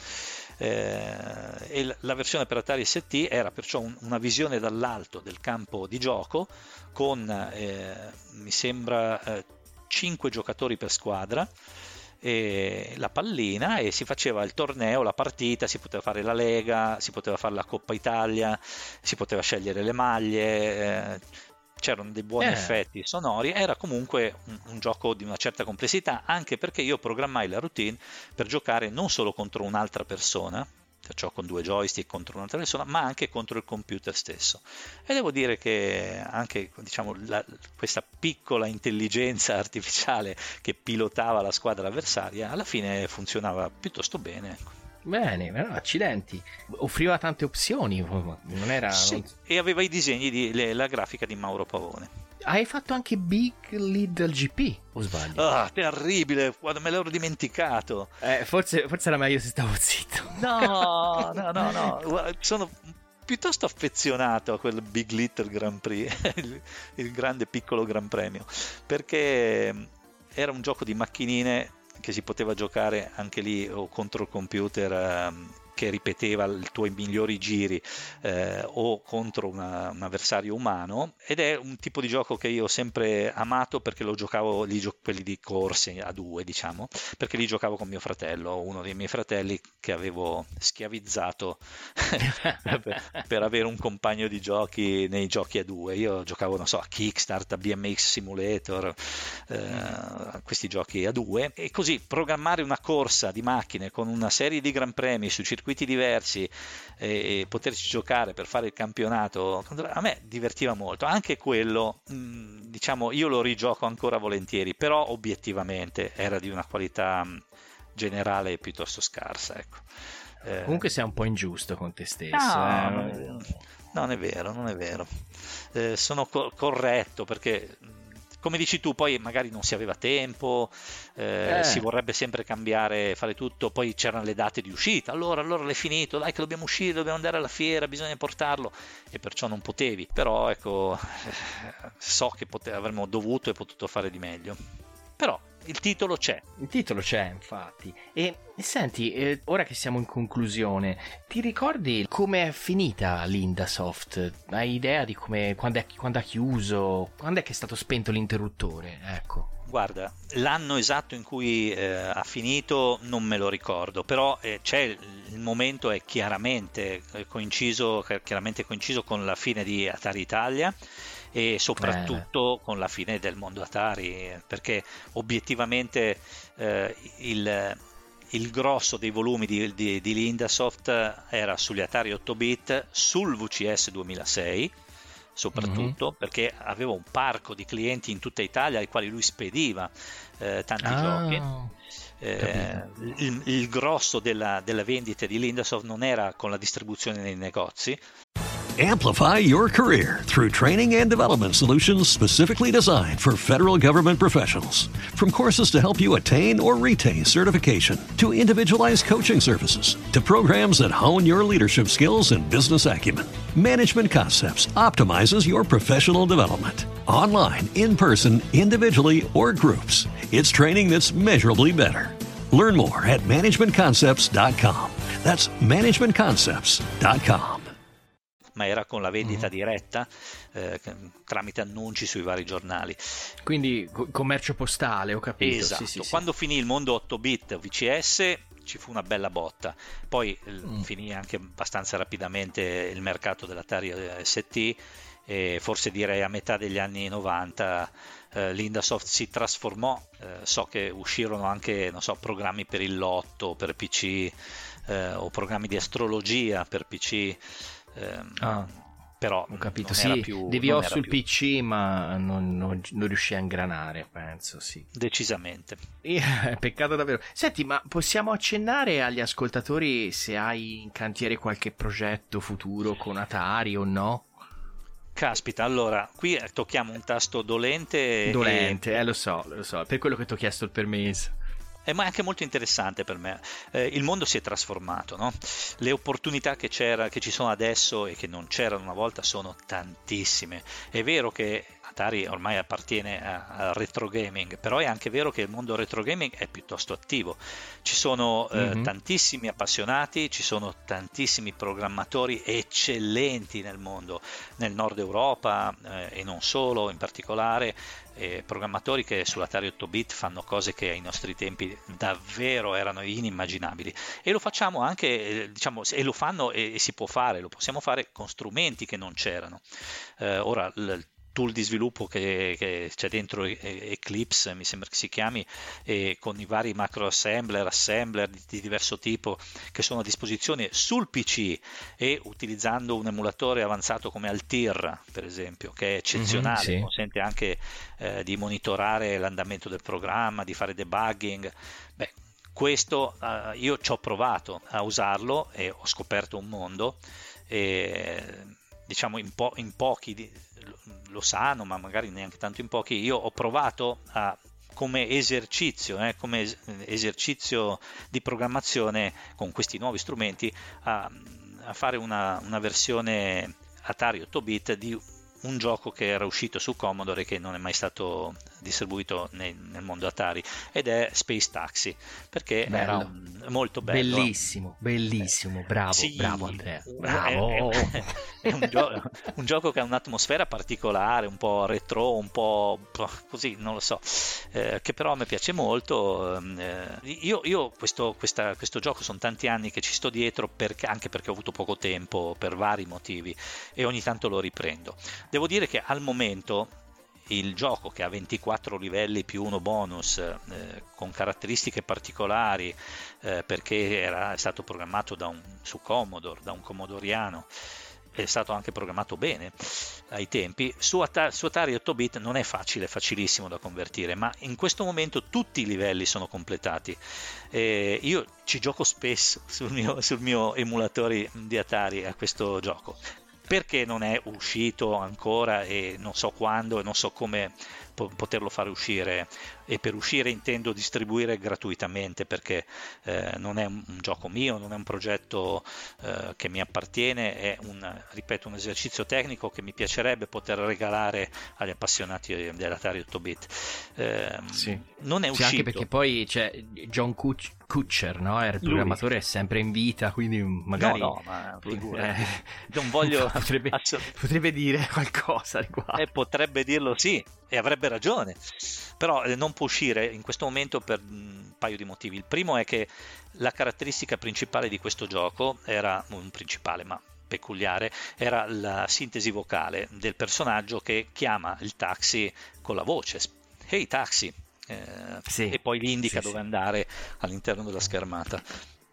Eh, e la- la versione per Atari S T era perciò un- una visione dall'alto del campo di gioco con eh, mi sembra eh, cinque giocatori per squadra e la pallina, e si faceva il torneo, la partita, si poteva fare la Lega, si poteva fare la Coppa Italia, si poteva scegliere le maglie, eh, c'erano dei buoni Eh. effetti sonori. Era comunque un, un gioco di una certa complessità, anche perché io programmai la routine per giocare non solo contro un'altra persona, perciò con due joystick contro un'altra persona, ma anche contro il computer stesso. E devo dire che anche, diciamo, la, questa piccola intelligenza artificiale che pilotava la squadra avversaria alla fine funzionava piuttosto bene. Bene, no, accidenti. Offriva tante opzioni, non era... Sì, non... e aveva i disegni di le, la grafica di Mauro Pavone. Hai fatto anche Big Little G P, o sbaglio? Ah, terribile, quando me l'ero dimenticato. Eh, forse, forse era meglio se stavo zitto. No, no, no, no, sono piuttosto affezionato a quel Big Little Grand Prix, il, il grande piccolo Gran Premio, perché era un gioco di macchinine che si poteva giocare anche lì o contro il computer, um, che ripeteva i tuoi migliori giri, eh, o contro una, un avversario umano, ed è un tipo di gioco che io ho sempre amato perché lo giocavo lì, gio- quelli di corse a due, diciamo, perché lì giocavo con mio fratello, uno dei miei fratelli che avevo schiavizzato per, per avere un compagno di giochi nei giochi a due. Io giocavo, non so, a Kickstart, a B M X Simulator, eh, questi giochi a due, e così programmare una corsa di macchine con una serie di gran premi su circuiti diversi e, e poterci giocare per fare il campionato, a me divertiva molto. Anche quello, mh, diciamo, io lo rigioco ancora volentieri, però obiettivamente era di una qualità mh, generale piuttosto scarsa, ecco. Eh, Comunque sei un po' ingiusto con te stesso. no, eh. no, non è vero, non è vero. Eh, sono co- corretto perché, come dici tu, poi magari non si aveva tempo, eh, Eh. si vorrebbe sempre cambiare, fare tutto, poi c'erano le date di uscita, allora, allora l'hai finito, dai che dobbiamo uscire, dobbiamo andare alla fiera, bisogna portarlo, e perciò non potevi. Però ecco, eh, so che pote- avremmo dovuto e potuto fare di meglio. Però il titolo c'è. Il titolo c'è, infatti. E senti, eh, ora che siamo in conclusione, ti ricordi come è finita l'Indasoft? Hai idea di come, quando, è, quando ha chiuso, quando è che è stato spento l'interruttore? Ecco. Guarda, l'anno esatto in cui eh, ha finito non me lo ricordo, però eh, c'è il, il momento è chiaramente coinciso, chiaramente coinciso con la fine di Atari Italia, e soprattutto eh. con la fine del mondo Atari, perché obiettivamente eh, il, il grosso dei volumi di, di, di Lindasoft era sugli Atari otto bit, sul V C S duemilasei soprattutto, mm-hmm. perché aveva un parco di clienti in tutta Italia ai quali lui spediva eh, tanti ah. giochi. Eh, il, il grosso della, della vendita di Lindasoft non era con la distribuzione nei negozi. Amplify your career through training and development solutions specifically designed for federal government professionals. From courses to help you attain or retain certification, to individualized coaching services, to programs that hone your leadership skills and business acumen, Management Concepts optimizes your professional development. Online, in person, individually, or groups, it's training that's measurably better. Learn more at management concepts dot com. That's management concepts dot com. Ma era con la vendita mm-hmm. diretta eh, tramite annunci sui vari giornali. Quindi co- commercio postale, ho capito. Esatto. Sì, sì, Quando sì. finì il mondo otto bit V C S ci fu una bella botta, poi mm. finì anche abbastanza rapidamente il mercato dell'Atari S T, e forse direi a metà degli anni novanta eh, l'Indasoft si trasformò. Eh, so che uscirono anche, non so, programmi per il lotto per P C, eh, o programmi di astrologia per P C. Eh, ah, però ho capito, non sì, era più, deviò sul più. P C, ma non, non, non riuscì a ingranare, penso, sì. Decisamente. Eh, peccato davvero. Senti, ma possiamo accennare agli ascoltatori se hai in cantiere qualche progetto futuro con Atari o no? Caspita, allora, qui tocchiamo un tasto dolente. Dolente, e... eh, lo so, lo so, per quello che ti ho chiesto il permesso. Eh, ma è anche molto interessante per me. Eh, il mondo si è trasformato, no? Le opportunità che, c'era, che ci sono adesso e che non c'erano una volta sono tantissime. È vero che Atari ormai appartiene al retro gaming, però è anche vero che il mondo retro gaming è piuttosto attivo. Ci sono eh, mm-hmm. tantissimi appassionati, ci sono tantissimi programmatori eccellenti nel mondo, nel nord Europa eh, e non solo, in particolare eh, programmatori che sull'Atari otto bit fanno cose che ai nostri tempi davvero erano inimmaginabili, e lo facciamo anche, eh, diciamo, e lo fanno e, e si può fare, lo possiamo fare con strumenti che non c'erano. Eh, ora l- tool di sviluppo che, che c'è dentro Eclipse, mi sembra che si chiami, e con i vari macro assembler, assembler di, di diverso tipo che sono a disposizione sul P C, e utilizzando un emulatore avanzato come Altair, per esempio, che è eccezionale, mm-hmm, sì. Consente anche eh, di monitorare l'andamento del programma, di fare debugging. Beh, questo uh, io ci ho provato a usarlo e ho scoperto un mondo, e diciamo in, po- in pochi di, lo, lo sanno, ma magari neanche tanto in pochi. Io ho provato a, come esercizio, eh, come es- esercizio di programmazione con questi nuovi strumenti, a, a fare una, una versione Atari otto bit di un gioco che era uscito su Commodore e che non è mai stato distribuito nel, nel mondo Atari, ed è Space Taxi, perché bello. Era un, molto bello, bellissimo, bellissimo, bravo, sì, bravo Andrea, bravo. È, è, è un, gio- un gioco che ha un'atmosfera particolare, un po' retro, un po' così, non lo so, eh, che però a me piace molto. Eh, io io questo, questa, questo gioco sono tanti anni che ci sto dietro, perché, anche perché ho avuto poco tempo per vari motivi, e ogni tanto lo riprendo. Devo dire che al momento il gioco, che ha ventiquattro livelli più uno bonus, eh, con caratteristiche particolari, eh, perché era, è stato programmato da un, su Commodore, da un commodoriano, è stato anche programmato bene ai tempi, su Atari, su Atari otto bit non è facile, facilissimo da convertire, ma in questo momento tutti i livelli sono completati. Eh, io ci gioco spesso sul mio, sul mio emulatore di Atari a questo gioco, perché non è uscito ancora e non so quando e non so come po- poterlo fare uscire, e per uscire intendo distribuire gratuitamente, perché eh, non è un, un gioco mio, non è un progetto eh, che mi appartiene, è un, ripeto, un esercizio tecnico che mi piacerebbe poter regalare agli appassionati dell'Atari otto bit. Eh, sì. Non è uscito, sì, anche perché poi c'è John Kuch- Kutcher, no? Il programmatore è sempre in vita, quindi magari no, no, ma figura, eh, non voglio potrebbe, assolut- potrebbe dire qualcosa a riguardo. Eh, potrebbe dirlo, sì, e avrebbe ragione, però eh, non può uscire in questo momento per un paio di motivi. Il primo è che la caratteristica principale di questo gioco era un principale, ma peculiare, era la sintesi vocale del personaggio che chiama il taxi con la voce: "Hey taxi", eh, sì, e poi gli indica sì, dove sì. andare all'interno della schermata.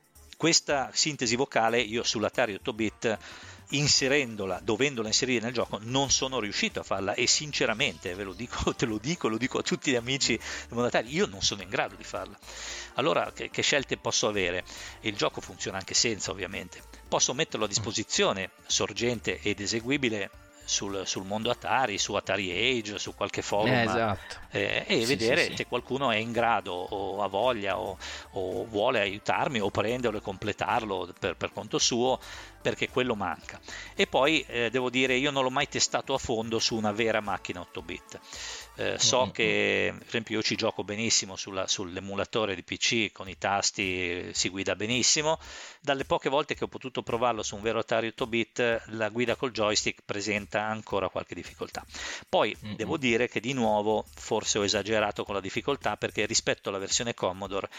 Questa sintesi vocale io sull'Atari otto bit, inserendola, dovendola inserire nel gioco, non sono riuscito a farla, e sinceramente ve lo dico, te lo dico, lo dico a tutti gli amici del mondo Atari, io non sono in grado di farla. Allora che, che scelte posso avere? Il gioco funziona anche senza, ovviamente. Posso metterlo a disposizione sorgente ed eseguibile sul, sul mondo Atari, su Atari Age, su qualche forum, eh, esatto. eh, e sì, vedere sì, sì. se qualcuno è in grado o ha voglia o, o vuole aiutarmi, o prenderlo e completarlo per, per conto suo, perché quello manca. E poi eh, devo dire, io non l'ho mai testato a fondo su una vera macchina otto bit. Eh, so mm-hmm. che per esempio io ci gioco benissimo sulla, sull'emulatore di P C, con i tasti si guida benissimo. Dalle poche volte che ho potuto provarlo su un vero Atari otto bit, la guida col joystick presenta ancora qualche difficoltà. Poi mm-hmm. devo dire che di nuovo forse ho esagerato con la difficoltà, perché rispetto alla versione Commodore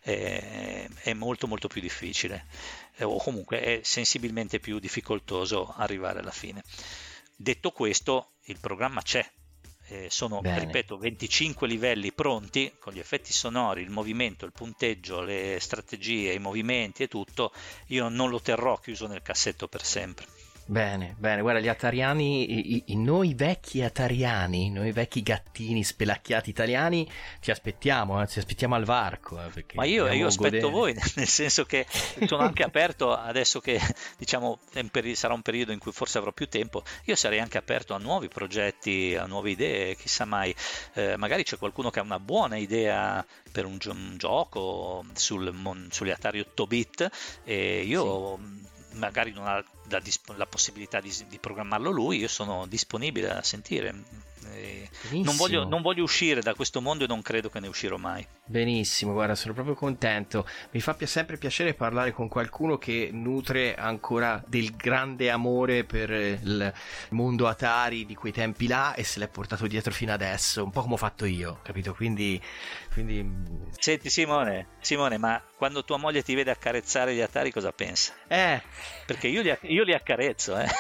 eh, è molto molto più difficile, eh, o comunque è sensibilmente più difficoltoso arrivare alla fine. Detto questo, il programma c'è. Eh, sono, Bene. ripeto, venticinque livelli pronti, con gli effetti sonori, il movimento, il punteggio, le strategie, i movimenti e tutto. Io non lo terrò chiuso nel cassetto per sempre. Bene, bene, guarda, gli atariani, i, i, noi vecchi atariani, noi vecchi gattini spelacchiati italiani, ci aspettiamo, eh, ci aspettiamo al varco. Eh, Ma io, io aspetto voi, nel senso che sono anche aperto, adesso che diciamo è un peri- sarà un periodo in cui forse avrò più tempo, io sarei anche aperto a nuovi progetti, a nuove idee, chissà mai, eh, magari c'è qualcuno che ha una buona idea per un, gio- un gioco sul, mon- sugli Atari otto bit, e io... Sì. magari non ha la, disp- la possibilità di, di programmarlo lui, io sono disponibile a sentire. E non, voglio, non voglio uscire da questo mondo e non credo che ne uscirò mai. Benissimo, guarda, sono proprio contento. Mi fa pi- sempre piacere parlare con qualcuno che nutre ancora del grande amore per il mondo Atari di quei tempi là e se l'è portato dietro fino adesso, un po' come ho fatto io, capito? Quindi, quindi... Senti Simone, Simone, ma quando tua moglie ti vede accarezzare gli Atari cosa pensa? Eh, perché io li, io li accarezzo, eh.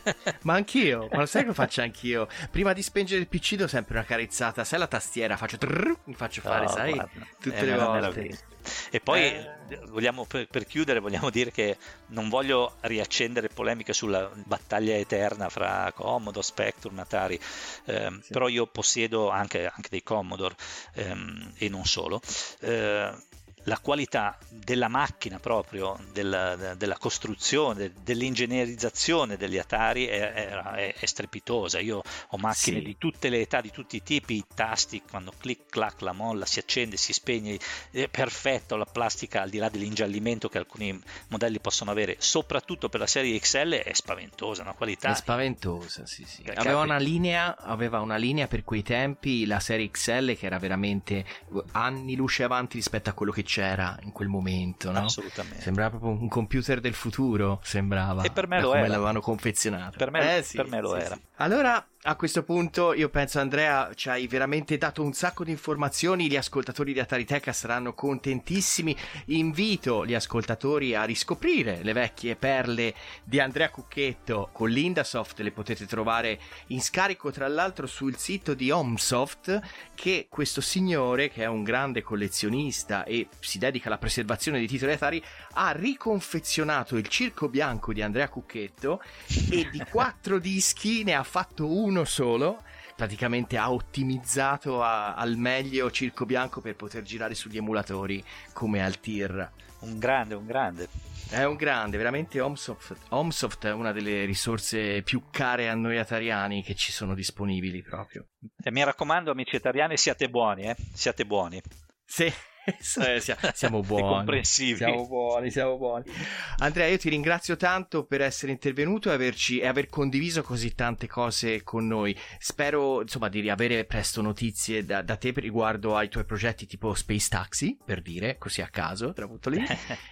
Ma anch'io, ma lo sai che lo faccio anch'io? Prima di spengere il P C do sempre una carezzata, sai la tastiera, faccio trrr, mi faccio fare, oh, sai, guarda, tutte le volte. Meraviglia. E poi eh... vogliamo, per, per chiudere vogliamo dire che non voglio riaccendere polemiche sulla battaglia eterna fra Commodore, Spectrum, Atari, ehm, sì. Però io possiedo anche, anche dei Commodore ehm, e non solo. Eh, la qualità della macchina proprio, della, della costruzione, dell'ingegnerizzazione degli Atari è, è, è strepitosa. Io ho macchine sì. di tutte le età, di tutti i tipi, i tasti, quando clic clac la molla si accende, si spegne, è perfetto, la plastica al di là dell'ingiallimento che alcuni modelli possono avere, soprattutto per la serie X L è spaventosa, una qualità è spaventosa, sì sì. Aveva una linea, aveva una linea per quei tempi, la serie X L, che era veramente anni luce avanti rispetto a quello che c'era in quel momento, no? Assolutamente. Sembrava proprio un computer del futuro, sembrava. E per me lo come era. l'avevano confezionato. Per me, eh, sì, per me lo sì, era. Sì. Allora, a questo punto io penso, Andrea, ci hai veramente dato un sacco di informazioni, gli ascoltatori di Ataritecca saranno contentissimi. Invito gli ascoltatori a riscoprire le vecchie perle di Andrea Cucchetto con l'Indasoft, le potete trovare in scarico tra l'altro sul sito di Homesoft, che questo signore, che è un grande collezionista e si dedica alla preservazione dei titoli Atari, ha riconfezionato il circo bianco di Andrea Cucchetto e di quattro dischi ne ha fatto uno solo. Praticamente ha ottimizzato a, al meglio Circo Bianco per poter girare sugli emulatori come Altir. Un grande, un grande. È un grande, veramente. Homesoft, Homesoft è una delle risorse più care a noi atariani che ci sono disponibili proprio. E mi raccomando, amici atariani, siate buoni, eh? Siate buoni. Sì. Eh, siamo buoni, comprensivi. siamo buoni, siamo buoni. Andrea, io ti ringrazio tanto per essere intervenuto e averci e aver condiviso così tante cose con noi. Spero, insomma, di avere presto notizie da, da te per riguardo ai tuoi progetti tipo Space Taxi, per dire, così a caso, te l'ho butto lì.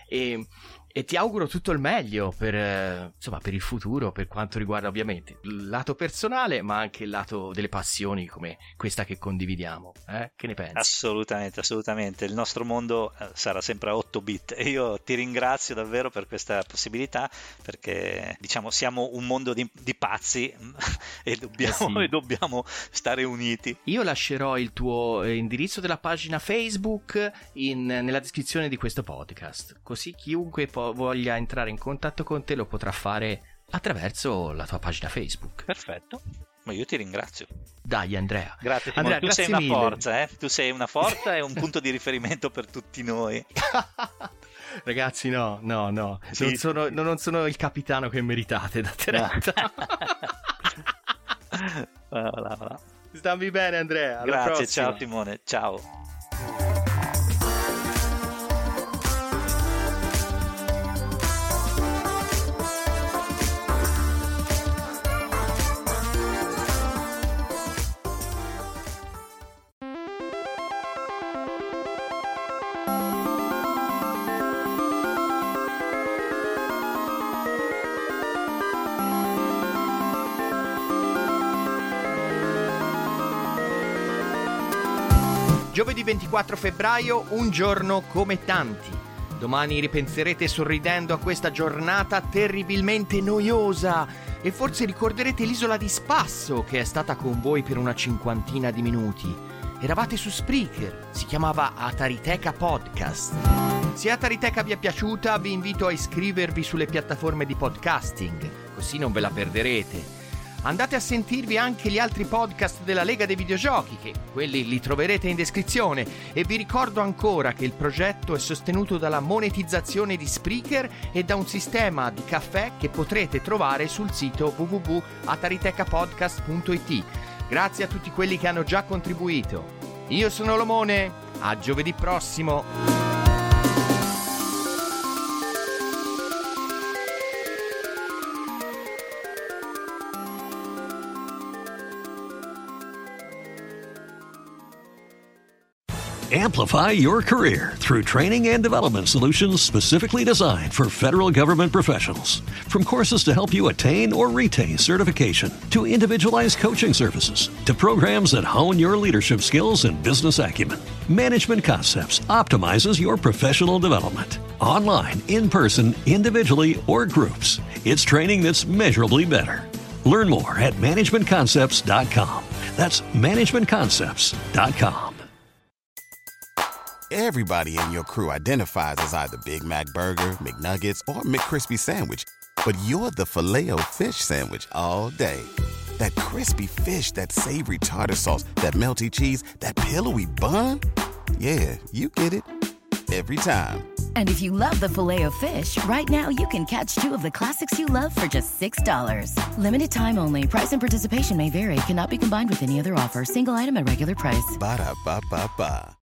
e E ti auguro tutto il meglio per, eh, insomma, per il futuro, per quanto riguarda ovviamente il lato personale, ma anche il lato delle passioni come questa che condividiamo. Eh? Che ne pensi? Assolutamente, assolutamente. Il nostro mondo eh, sarà sempre a otto bit e io ti ringrazio davvero per questa possibilità, perché diciamo siamo un mondo di, di pazzi e dobbiamo, eh sì. e dobbiamo stare uniti. Io lascerò il tuo indirizzo della pagina Facebook in, nella descrizione di questo podcast, così chiunque può voglia entrare in contatto con te lo potrà fare attraverso la tua pagina Facebook. Perfetto, ma io ti ringrazio. Dai Andrea. Grazie Simone, Andrea, tu grazie sei una mille. forza, eh? Tu sei una forza e un punto di riferimento per tutti noi. Ragazzi, no, no, no, sì. non, sono, non sono il capitano che meritate da Teretta. Voilà, voilà. Stammi bene Andrea, alla grazie, prossima. Ciao Simone, ciao. Giovedì ventiquattro febbraio, un giorno come tanti. Domani ripenserete sorridendo a questa giornata terribilmente noiosa e forse ricorderete l'isola di Spasso che è stata con voi per una cinquantina di minuti. Eravate su Spreaker, si chiamava Ataritecca Podcast. Se Ataritecca vi è piaciuta, vi invito a iscrivervi sulle piattaforme di podcasting, così non ve la perderete. Andate a sentirvi anche gli altri podcast della Lega dei Videogiochi, che quelli li troverete in descrizione, e vi ricordo ancora che il progetto è sostenuto dalla monetizzazione di Spreaker e da un sistema di caffè che potrete trovare sul sito w w w punto ataritecca podcast punto i t. Grazie a tutti quelli che hanno già contribuito. Io sono Lomone, a giovedì prossimo! Amplify your career through training and development solutions specifically designed for federal government professionals. From courses to help you attain or retain certification, to individualized coaching services, to programs that hone your leadership skills and business acumen, Management Concepts optimizes your professional development. Online, in person, individually, or groups, it's training that's measurably better. Learn more at management concepts dot com. That's management concepts dot com. Everybody in your crew identifies as either Big Mac Burger, McNuggets, or McCrispy Sandwich. But you're the Filet-O-Fish Sandwich all day. That crispy fish, that savory tartar sauce, that melty cheese, that pillowy bun. Yeah, you get it. Every time. And if you love the Filet-O-Fish, right now you can catch two of the classics you love for just six dollars. Limited time only. Price and participation may vary. Cannot be combined with any other offer. Single item at regular price. Ba-da-ba-ba-ba.